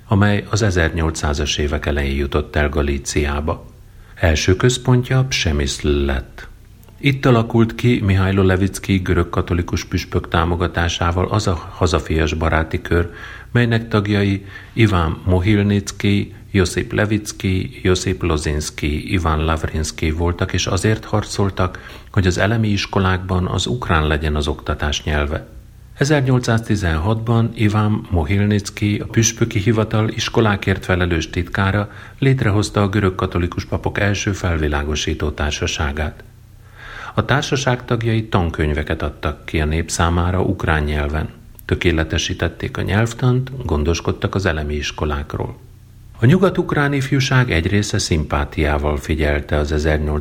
amely az ezernyolcszázas évek elején jutott el Galíciába. Első központja Przemyszl lett. Itt alakult ki Mihailo Levicki görög-katolikus püspök támogatásával az a hazafias baráti kör, melynek tagjai Iván Mohilnicki, Josip Levicki, Josip Lozinski, Iván Lavrinski voltak, és azért harcoltak, hogy az elemi iskolákban az ukrán legyen az oktatás nyelve. ezernyolcszáztizenhatban Iván Mohilnicki, a püspöki hivatal iskolákért felelős titkára létrehozta a görög-katolikus papok első felvilágosító társaságát. A társaság tagjai tankönyveket adtak ki a nép számára ukrán nyelven. Tökéletesítették a nyelvtant, gondoskodtak az elemi iskolákról. A nyugat-ukrán ifjúság egy része szimpátiával figyelte az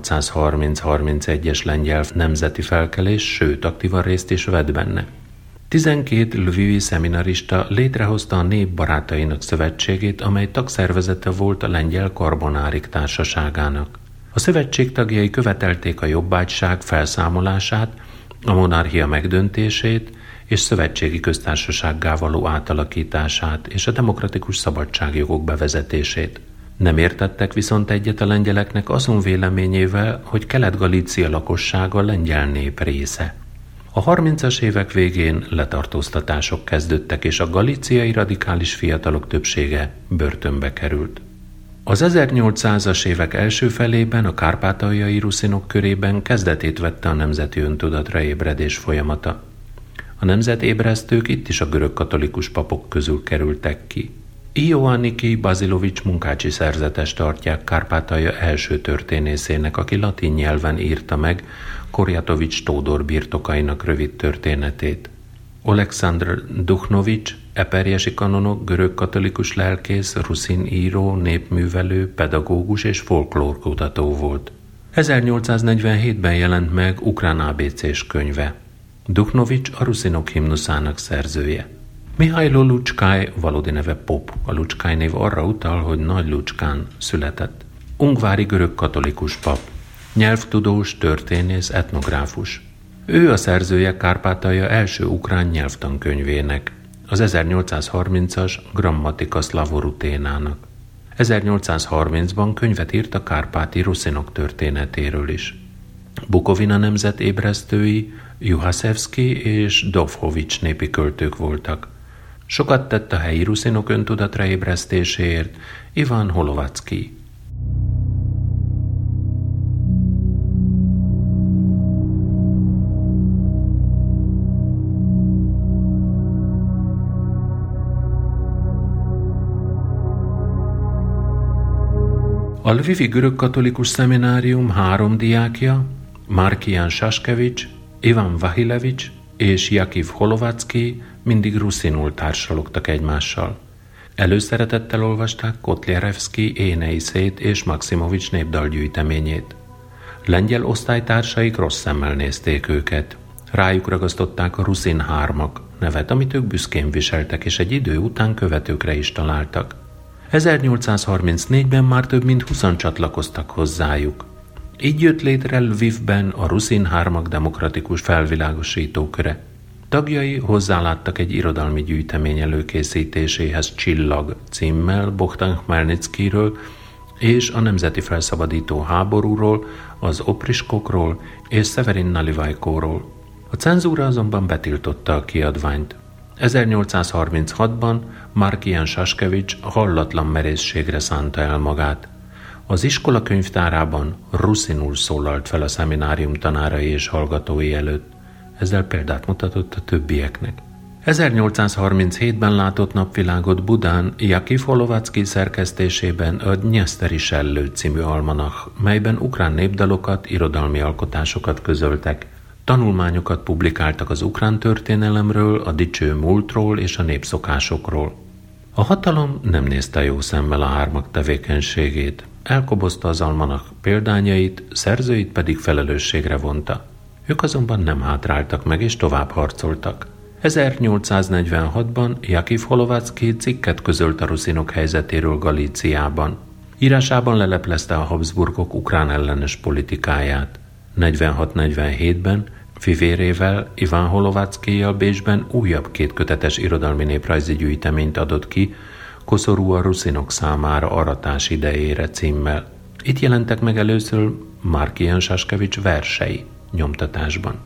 ezernyolcszázharminc-harmincegyes lengyel nemzeti felkelés, sőt aktívan részt is vett benne. Tizenkét lvivi szeminarista létrehozta a Nép Barátainak Szövetségét, amely tagszervezete volt a lengyel karbonárik társaságának. A szövetség tagjai követelték a jobbágyság felszámolását, a monarchia megdöntését és szövetségi köztársasággá való átalakítását és a demokratikus szabadságjogok bevezetését. Nem értettek viszont egyet a lengyeleknek azon véleményével, hogy Kelet-Galícia lakossága lengyel nép része. A harmincas évek végén letartóztatások kezdődtek, és a galíciai radikális fiatalok többsége börtönbe került. Az ezernyolcszázas évek első felében a kárpátaljai ruszinok körében kezdetét vette a nemzeti öntudatra ébredés folyamata. A nemzetébresztők itt is a görög-katolikus papok közül kerültek ki. Ioanniki Bazilovics munkácsi szerzetes tartják Kárpátalja első történészének, aki latin nyelven írta meg Korjatovics Tódor birtokainak rövid történetét. Oleksandr Duchnovics, eperjesi kanonok, görög-katolikus lelkész, ruszin író, népművelő, pedagógus és folklórkutató volt. ezernyolcszáznegyvenhétben jelent meg ukrán á bé cés könyve. Duchnovics a ruszinok himnuszának szerzője. Mihailo Lucskay valódi neve Pop. A Lucskay név arra utal, hogy Nagy Lucskán született. Ungvári görög-katolikus pap. Nyelvtudós, történész, etnográfus. Ő a szerzője Kárpátalja első ukrán nyelvtankönyvének, az ezernyolcszázharmincas Grammatika Slavoruténának. ezernyolcszázharmincban könyvet írt a kárpáti ruszinok történetéről is. Bukovina nemzet ébresztői Juhaszewski és Dovhovics népi költők voltak. Sokat tett a helyi ruszinok öntudatra ébresztéséért Iván Holovacki. A lvivi görög-katolikus szeminárium három diákja, Markian Saskevics, Ivan Vahilevics és Jakiv Holovacki mindig ruszinul társalogtak egymással. Előszeretettel olvasták Kotlярevszki Éneiszét és Maximovics népdalgyűjteményét. Lengyel osztálytársaik rossz szemmel nézték őket. Rájuk ragasztották a ruszin hármak nevet, amit ők büszkén viseltek, és egy idő után követőkre is találtak. ezernyolcszázharmincnégyben már több mint húszan csatlakoztak hozzájuk. Így jött létre Lvivben a ruszin hármak demokratikus felvilágosító köre. Tagjai hozzáláttak egy irodalmi gyűjtemény előkészítéséhez Csillag címmel Bohdan Khmelnyckiről és a nemzeti felszabadító háborúról, az opriskokról és Severin Nalivajkóról. A cenzúra azonban betiltotta a kiadványt. ezernyolcszázharminchatban Markian Saskevics hallatlan merészségre szánta el magát. Az iskola könyvtárában ruszinul szólalt fel a szeminárium tanárai és hallgatói előtt. Ezzel példát mutatott a többieknek. ezernyolcszázharminchétben látott napvilágot Budán Jakiv Holovacki szerkesztésében a Dnyeszteri Sellő című almanach, melyben ukrán népdalokat, irodalmi alkotásokat közöltek. Tanulmányokat publikáltak az ukrán történelemről, a dicső múltról és a népszokásokról. A hatalom nem nézte jó szemmel a hármak tevékenységét. Elkobozta az almanach példányait, szerzőit pedig felelősségre vonta. Ők azonban nem hátráltak meg és tovább harcoltak. ezernyolcszáznegyvenhatban Jakiv Holovacki cikket közölt a ruszinok helyzetéről Galíciában. Írásában leleplezte a Habsburgok ukrán ellenes politikáját. negyvenhat-negyvenhétben fivérével, Iván Holovackyjal Bécsben újabb két kötetes irodalmi néprajzi gyűjteményt adott ki, Koszorú a ruszinok számára aratás idejére címmel. Itt jelentek meg először Markian Saskevics versei nyomtatásban.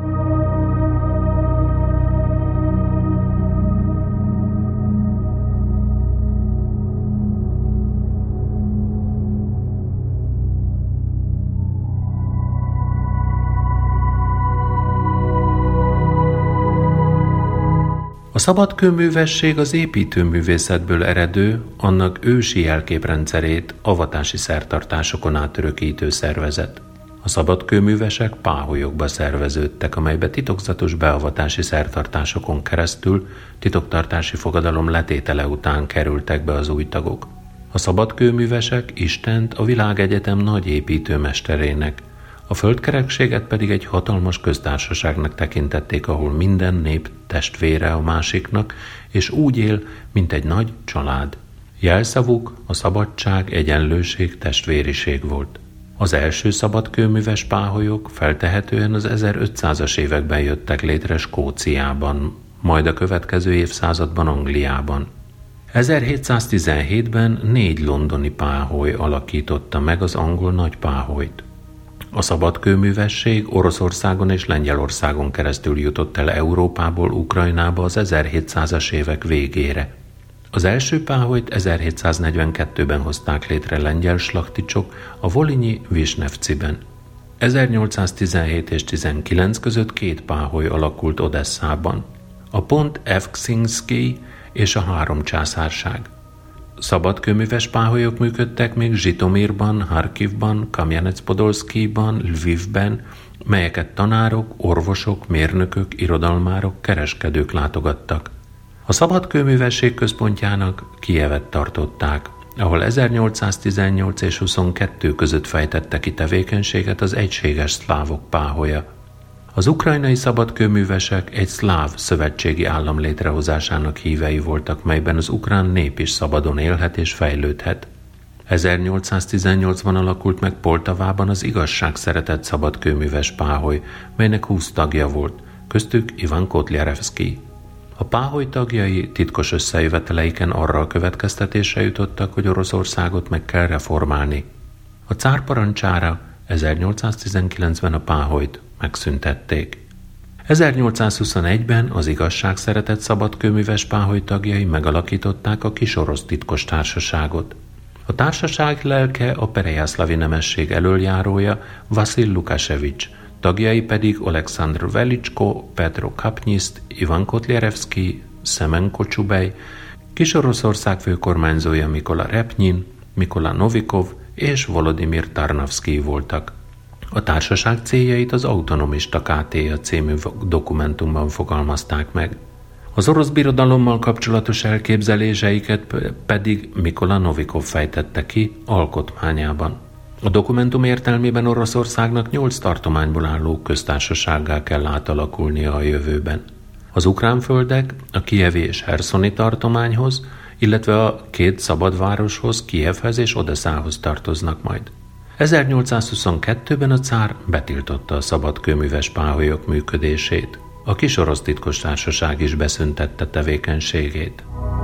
A szabadkőművesség az építőművészetből eredő, annak ősi jelképrendszerét avatási szertartásokon átörökítő szervezet. A szabadkőművesek páholyokba szerveződtek, amelybe titokzatos beavatási szertartásokon keresztül titoktartási fogadalom letétele után kerültek be az új tagok. A szabadkőművesek Istent a világegyetem nagy építőmesterének, a földkerekséget pedig egy hatalmas köztársaságnak tekintették, ahol minden nép testvére a másiknak, és úgy él, mint egy nagy család. Jelszavuk a szabadság, egyenlőség, testvériség volt. Az első szabadkőműves páholyok feltehetően az ezerötszázas években jöttek létre Skóciában, majd a következő évszázadban Angliában. ezerhétszáztizenhétben négy londoni páholy alakította meg az angol nagypáholyt. A szabadkőművesség Oroszországon és Lengyelországon keresztül jutott el Európából Ukrajnába az ezerhétszázas évek végére. Az első páholyt ezerhétszáznegyvenkettőben hozták létre lengyel slachticsok a Volinyi Visnevciben. ezernyolcszáztizenhét és tizenkilenc között két páholy alakult Odesszában. A Pont Evkszínszkij és a Három császárság. Szabadkőműves páholyok működtek még Zsitomirban, Harkivban, Kamjanec-Podolszkijban, Lvivben, melyeket tanárok, orvosok, mérnökök, irodalmárok, kereskedők látogattak. A szabadkőművesség központjának Kijevet tartották, ahol ezernyolcszáztizennyolc és huszonkettő között fejtette ki tevékenységet az egységes szlávok páholya. Az ukrajnai szabadkőművesek egy szláv szövetségi állam létrehozásának hívei voltak, melyben az ukrán nép is szabadon élhet és fejlődhet. ezernyolcszáztizennyolcban alakult meg Poltavában az Igazság szeretett szabadkőműves páholy, melynek húsz tagja volt, köztük Ivan Kotlярevszkij. A páholy tagjai titkos összejöveteleiken arra a következtetésre jutottak, hogy Oroszországot meg kell reformálni. A cár parancsára ezernyolcszáztizenkilencben a páholyt megszüntették. ezernyolcszázhuszonegyben az Igazság szeretett szabadkőműves páholy tagjai megalakították a Kisorosz titkos társaságot. A társaság lelke a perejászlavi nemesség elöljárója Vasil Lukasevics, tagjai pedig Oleksandr Velicsko, Petro Kapnyiszt, Ivan Kotlярevszkij, Szemen Kocsubej, Kis-Oroszország főkormányzója Mikola Repnyin, Mikola Novikov és Volodimir Tarnavszkij voltak. A társaság céljait az Autonomista ká té á című dokumentumban fogalmazták meg. Az orosz birodalommal kapcsolatos elképzeléseiket pedig Mikola Novikov fejtette ki alkotmányában. A dokumentum értelmében Oroszországnak nyolc tartományból álló köztársasággá kell átalakulnia a jövőben. Az ukrán földek a kijevi és herszoni tartományhoz, illetve a két szabadvároshoz, Kijevhez és Odesszához tartoznak majd. ezernyolcszázhuszonkettőben a cár betiltotta a szabadkőműves páholyok működését. A Kis-Orosz titkos társaság is beszüntette tevékenységét.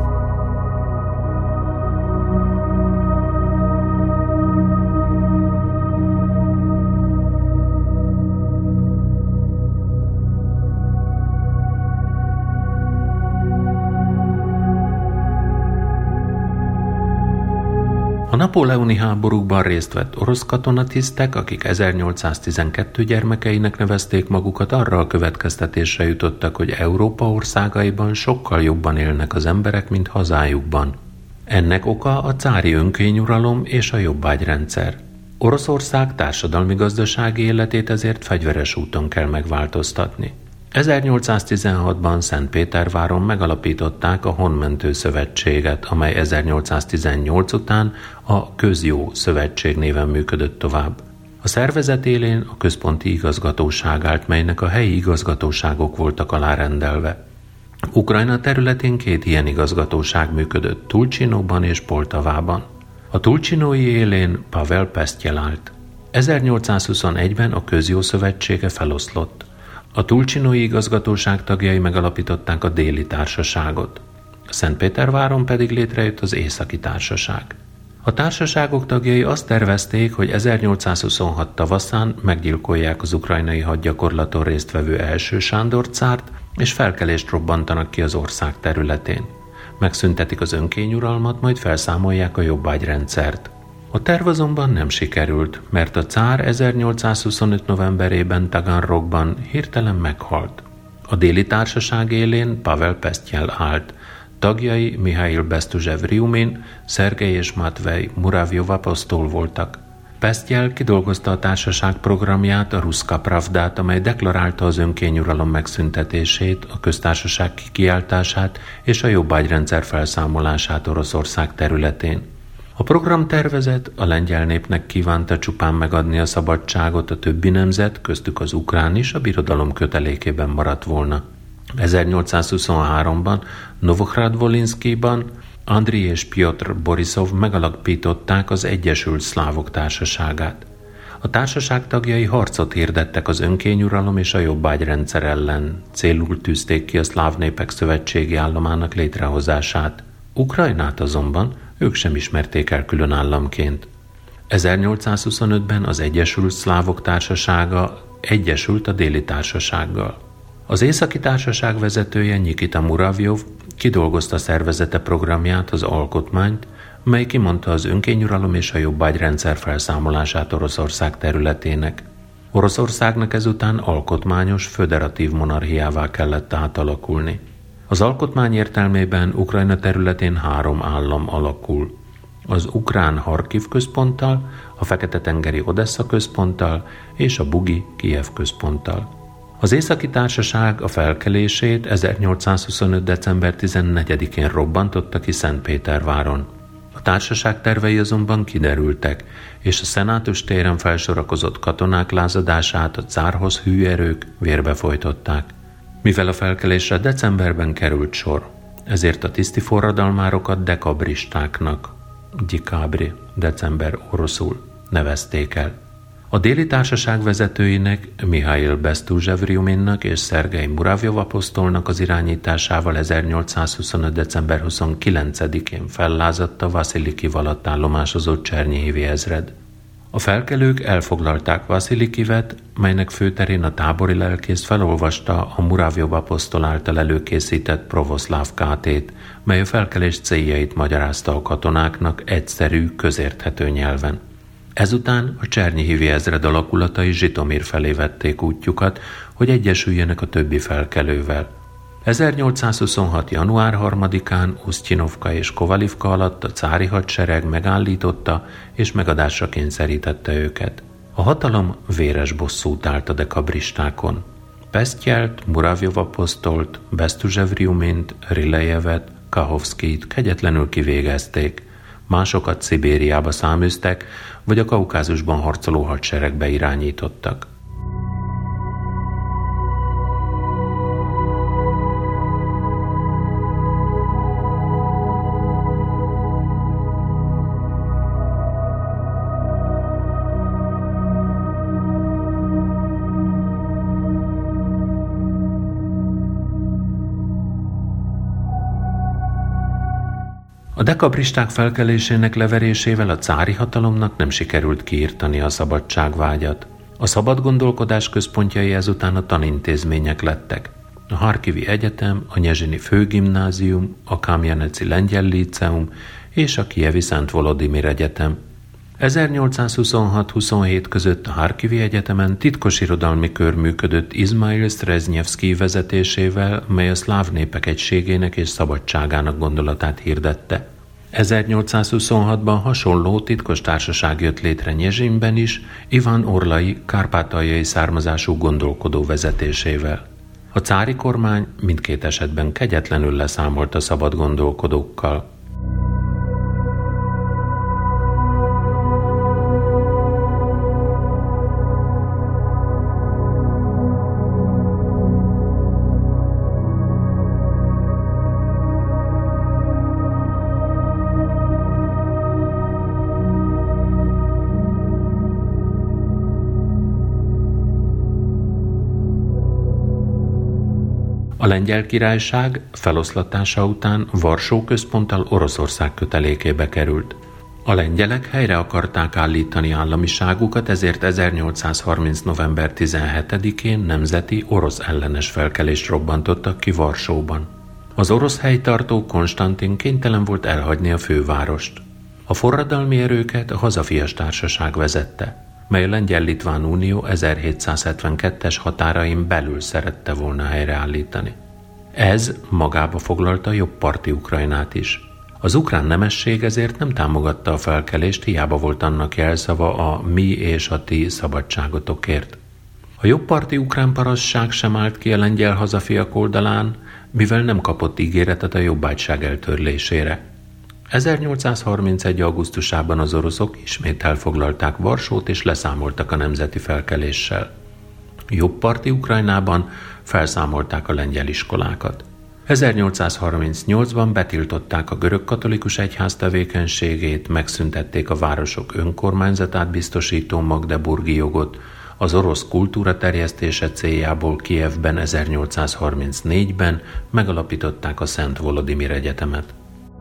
A napóleoni háborúkban részt vett orosz katonatisztek, akik ezernyolcszáztizenkettő gyermekeinek nevezték magukat, arra a következtetésre jutottak, hogy Európa országaiban sokkal jobban élnek az emberek, mint hazájukban. Ennek oka a cári önkényuralom és a jobbágyrendszer. Oroszország társadalmi-gazdasági életét ezért fegyveres úton kell megváltoztatni. ezernyolcszáztizenhatban Szentpéterváron megalapították a Honmentő Szövetséget, amely ezernyolcszáztizennyolc után a Közjó Szövetség néven működött tovább. A szervezet élén a központi igazgatóság állt, melynek a helyi igazgatóságok voltak alárendelve. Ukrajna területén két ilyen igazgatóság működött, Tulcsinóban és Poltavában. A tulcsinói élén Pavel Pesztjel állt. ezernyolcszázhuszonegyben a Közjó Szövetsége feloszlott. A tulcsinói igazgatóság tagjai megalapították a Déli Társaságot. Szentpéterváron pedig létrejött az Északi Társaság. A társaságok tagjai azt tervezték, hogy ezernyolcszázhuszonhat tavaszán meggyilkolják az ukrajnai hadgyakorlaton résztvevő első Sándor cárt, és felkelést robbantanak ki az ország területén. Megszüntetik az önkényuralmat, majd felszámolják a jobbágyrendszert. A terv azonban nem sikerült, mert a cár ezernyolcszázhuszonöt novemberében Taganrogban hirtelen meghalt. A déli társaság élén Pavel Pesztyel állt, tagjai Mihail Bestuzsev-Riumin, Szergej és Matvej Muravjov-apostol voltak. Pesztyel kidolgozta a társaság programját, a Ruszka Pravdát, amely deklarálta az önkényuralom megszüntetését, a köztársaság kikiáltását és a jobbágyrendszer felszámolását Oroszország területén. A programtervezet a lengyel népnek kívánta csupán megadni a szabadságot, a többi nemzet, köztük az ukrán is a birodalom kötelékében maradt volna. ezernyolcszázhuszonháromban Novohrad-Volinszkiban Andri és Piotr Borisov megalapították az Egyesült Szlávok Társaságát. A társaság tagjai harcot hirdettek az önkényuralom és a jobbágyrendszer ellen, célul tűzték ki a szláv népek szövetségi államának létrehozását. Ukrajnát azonban ők sem ismerték el külön államként. ezernyolcszázhuszonötben az Egyesült Szlávok Társasága egyesült a déli társasággal. Az Északi Társaság vezetője Nikita Muravjov kidolgozta szervezete programját, az alkotmányt, mely kimondta az önkényuralom és a jobbágyrendszer felszámolását Oroszország területének. Oroszországnak ezután alkotmányos, föderatív monarchiává kellett átalakulni. Az alkotmány értelmében Ukrajna területén három állam alakul. Az ukrán Harkiv központtal, a Fekete-tengeri Odessa központtal és a Bugi Kijev központtal. Az Északi Társaság a felkelését ezernyolcszázhuszonöt. december tizennegyedikén robbantotta ki Szentpéterváron. A társaság tervei azonban kiderültek, és a Szenátus téren felsorakozott katonák lázadását a cárhoz hű erők vérbe folytották. Mivel a felkelésre decemberben került sor, ezért a tiszti forradalmárokat dekabristáknak, Dikabri, december oroszul nevezték el. A déli társaság vezetőinek, Mihail Bestuzsev-Riuminnak és Szergej Muravjov-apostolnak az irányításával ezernyolcszázhuszonöt. december huszonkilencedikén fellázadta Vaszilikiv alatt állomásozott Csernyihivi ezred. A felkelők elfoglalták Vaszilikivet, melynek főterén a tábori lelkész felolvasta a Muravjov-apostol által előkészített Provoszláv kátét, mely a felkelés céljait magyarázta a katonáknak egyszerű, közérthető nyelven. Ezután a Csernyihivi ezred alakulatai Zsitomir felé vették útjukat, hogy egyesüljenek a többi felkelővel. ezernyolcszázhuszonhat. január harmadikán Usztyinovka és Kovalivka alatt a cári hadsereg megállította és megadásra kényszerítette őket. A hatalom véres bosszút állt a dekabristákon. Pesztyelt, Muravjov-aposztolt, Bestuzsev-Riumint, Rilejevet, Kahovszkijt kegyetlenül kivégezték. Másokat Szibériába száműztek, vagy a Kaukázusban harcoló hadseregbe irányítottak. A dekabristák felkelésének leverésével a cári hatalomnak nem sikerült kiirtani a szabadságvágyat. A szabad gondolkodás központjai ezután a tanintézmények lettek. A Harkivi Egyetem, a Nyezsini Főgimnázium, a Kamjaneci Lengyel Líceum és a Kijevi Szent Volodimir Egyetem. ezernyolcszázhuszonhat-huszonhét között a Harkivi Egyetemen titkos irodalmi kör működött Izmail Sztreznyevszkij vezetésével, mely a szláv népek egységének és szabadságának gondolatát hirdette. ezernyolcszázhuszonhatban hasonló titkos társaság jött létre Nyezsinben is, Ivan Orlai kárpátaljai származású gondolkodó vezetésével. A cári kormány mindkét esetben kegyetlenül leszámolt a szabad gondolkodókkal. A Lengyel Királyság feloszlatása után Varsó központtal Oroszország kötelékébe került. A lengyelek helyre akarták állítani államiságukat, ezért ezernyolcszázharminc. november tizenhetedikén nemzeti orosz ellenes felkelést robbantottak ki Varsóban. Az orosz helytartó Konstantin kénytelen volt elhagyni a fővárost. A forradalmi erőket a Hazafias Társaság vezette, mely a Lengyel-Litván Unió ezerhétszázhetvenkettes határain belül szerette volna helyreállítani. Ez magába foglalta a jobbparti Ukrajnát is. Az ukrán nemesség ezért nem támogatta a felkelést, hiába volt annak jelszava a mi és a ti szabadságotokért. A jobbparti ukrán parasztság sem állt ki a lengyel hazafiak oldalán, mivel nem kapott ígéretet a jobbágyság eltörlésére. ezernyolcszázharmincegy. augusztusában az oroszok ismét elfoglalták Varsót és leszámoltak a nemzeti felkeléssel. Jobbparti Ukrajnában felszámolták a lengyel iskolákat. ezernyolcszázharmincnyolcban betiltották a görögkatolikus egyház tevékenységét, megszüntették a városok önkormányzatát biztosító magdeburgi jogot, az orosz kultúra terjesztése céljából Kijevben ezernyolcszázharmincnégyben megalapították a Szent Volodimir Egyetemet.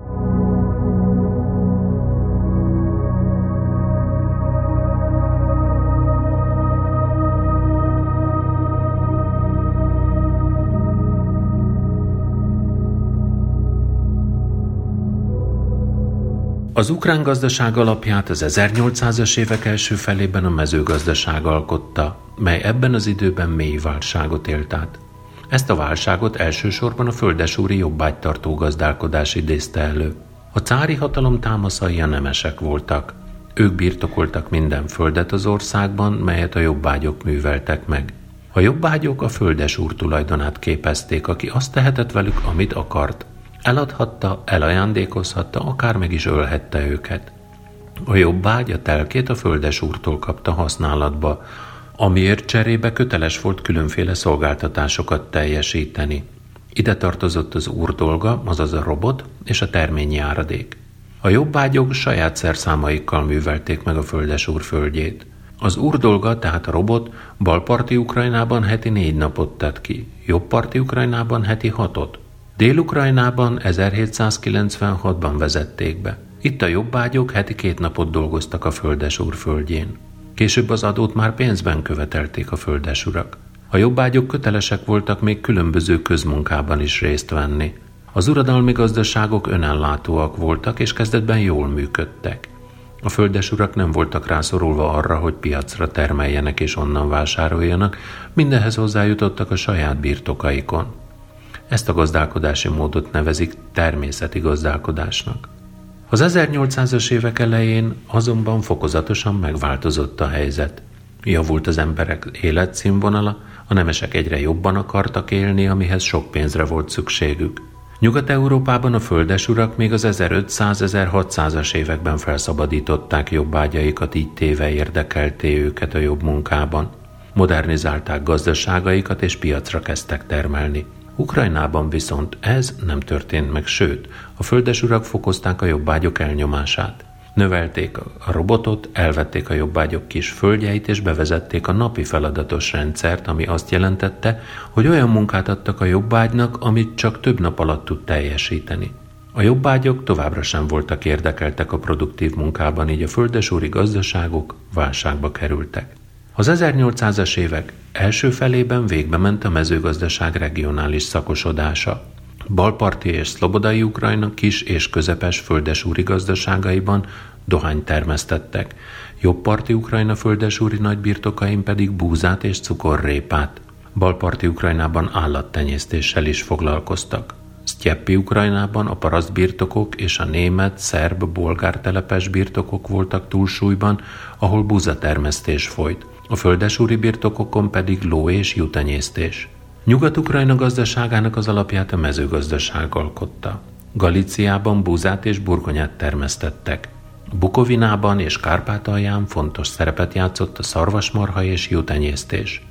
Az ukrán gazdaság alapját az ezernyolcszázas évek első felében a mezőgazdaság alkotta, mely ebben az időben mély válságot élt át. Ezt a válságot elsősorban a földesúri jobbágytartó gazdálkodás idézte elő. A cári hatalom támaszai a nemesek voltak. Ők birtokoltak minden földet az országban, melyet a jobbágyok műveltek meg. A jobbágyok a földesúr tulajdonát képezték, aki azt tehetett velük, amit akart. Eladhatta, elajándékozhatta, akár meg is ölhette őket. A jobbágy a telkét a földesúrtól kapta használatba, amiért cserébe köteles volt különféle szolgáltatásokat teljesíteni. Ide tartozott az úr dolga, azaz a robot és a terményjáradék. A jobbágyok saját szerszámaikkal művelték meg a földesúr földjét. Az úr dolga, tehát a robot, balparti Ukrajnában heti négy napot tett ki, jobbparti Ukrajnában heti hatot. Dél-Ukrajnában ezerhétszázkilencvenhatban vezették be. Itt a jobbágyok heti két napot dolgoztak a földesúr földjén. Később az adót már pénzben követelték a földesurak. A jobbágyok kötelesek voltak még különböző közmunkában is részt venni. Az uradalmi gazdaságok önellátóak voltak, és kezdetben jól működtek. A földesurak nem voltak rászorulva arra, hogy piacra termeljenek és onnan vásároljanak, mindenhez hozzájutottak a saját birtokaikon. Ezt a gazdálkodási módot nevezik természeti gazdálkodásnak. Az ezernyolcszázas évek elején azonban fokozatosan megváltozott a helyzet. Javult az emberek életszínvonala, a nemesek egyre jobban akartak élni, amihez sok pénzre volt szükségük. Nyugat-Európában a földesurak még az ezerötszáz-ezerhatszázas években felszabadították jobbágyaikat, így téve érdekelté őket a jobb munkában. Modernizálták gazdaságaikat és piacra kezdtek termelni. Ukrajnában viszont ez nem történt meg, sőt, a földesurak fokozták a jobbágyok elnyomását. Növelték a robotot, elvették a jobbágyok kis földjeit és bevezették a napi feladatos rendszert, ami azt jelentette, hogy olyan munkát adtak a jobbágynak, amit csak több nap alatt tud teljesíteni. A jobbágyok továbbra sem voltak érdekeltek a produktív munkában, így a földesúri gazdaságok válságba kerültek. Az ezernyolcszázas évek első felében végbe ment a mezőgazdaság regionális szakosodása. Balparti és szlobodai Ukrajna kis és közepes földesúri gazdaságaiban dohányt termesztettek, jobbparti Ukrajna földesúri nagybirtokain pedig búzát és cukorrépát. Balparti Ukrajnában állattenyésztéssel is foglalkoztak. Sztyeppi Ukrajnában a parasztbirtokok és a német, szerb, bolgár telepes birtokok voltak túlsúlyban, ahol búzatermesztés folyt. A földesúri birtokokon pedig ló- és juhtenyésztés. Nyugat-Ukrajna gazdaságának az alapját a mezőgazdaság alkotta. Galíciában búzát és burgonyát termesztettek. Bukovinában és Kárpátalján fontos szerepet játszott a szarvasmarha és juhtenyésztés.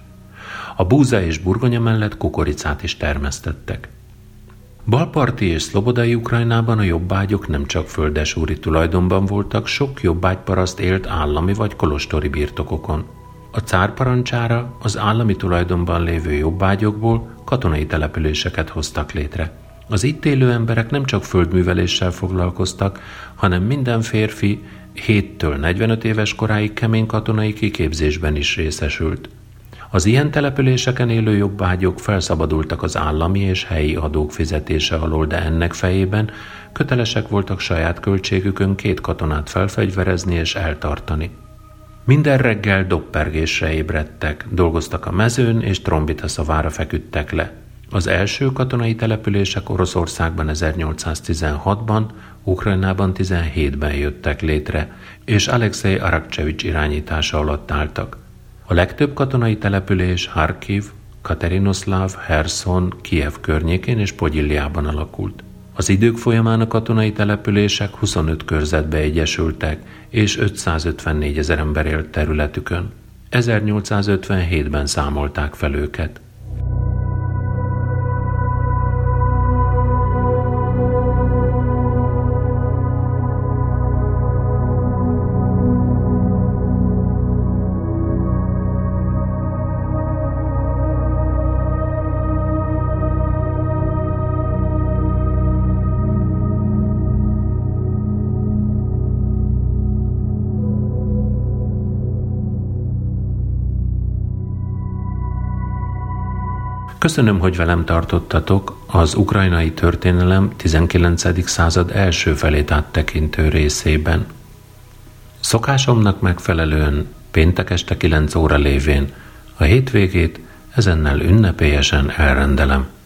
A búza és burgonya mellett kukoricát is termesztettek. Balparti és szlobodai Ukrajnában a jobbágyok nem csak földesúri tulajdonban voltak, sok jobbágyparaszt élt állami vagy kolostori birtokokon. A cár parancsára az állami tulajdonban lévő jobbágyokból katonai településeket hoztak létre. Az itt élő emberek nem csak földműveléssel foglalkoztak, hanem minden férfi héttől negyvenöt éves koráig kemény katonai kiképzésben is részesült. Az ilyen településeken élő jobbágyok felszabadultak az állami és helyi adók fizetése alól, de ennek fejében kötelesek voltak saját költségükön két katonát felfegyverezni és eltartani. Minden reggel dobpergésre ébredtek, dolgoztak a mezőn és trombita szavára feküdtek le. Az első katonai települések Oroszországban ezernyolcszáztizenhatban, Ukrajnában tizenhétben jöttek létre, és Alexej Arakcsevics irányítása alatt álltak. A legtöbb katonai település Harkiv, Katerinoszláv, Herszon, Kijev környékén és Podilliában alakult. Az idők folyamán a katonai települések huszonöt körzetbe egyesültek, és ötszázötvennégy ezer ember élt területükön. ezernyolcszázötvenhétben számolták fel őket. Köszönöm, hogy velem tartottatok az ukrajnai történelem tizenkilencedik század első felét áttekintő részében. Szokásomnak megfelelően péntek este kilenc óra lévén a hétvégét ezennel ünnepélyesen elrendelem.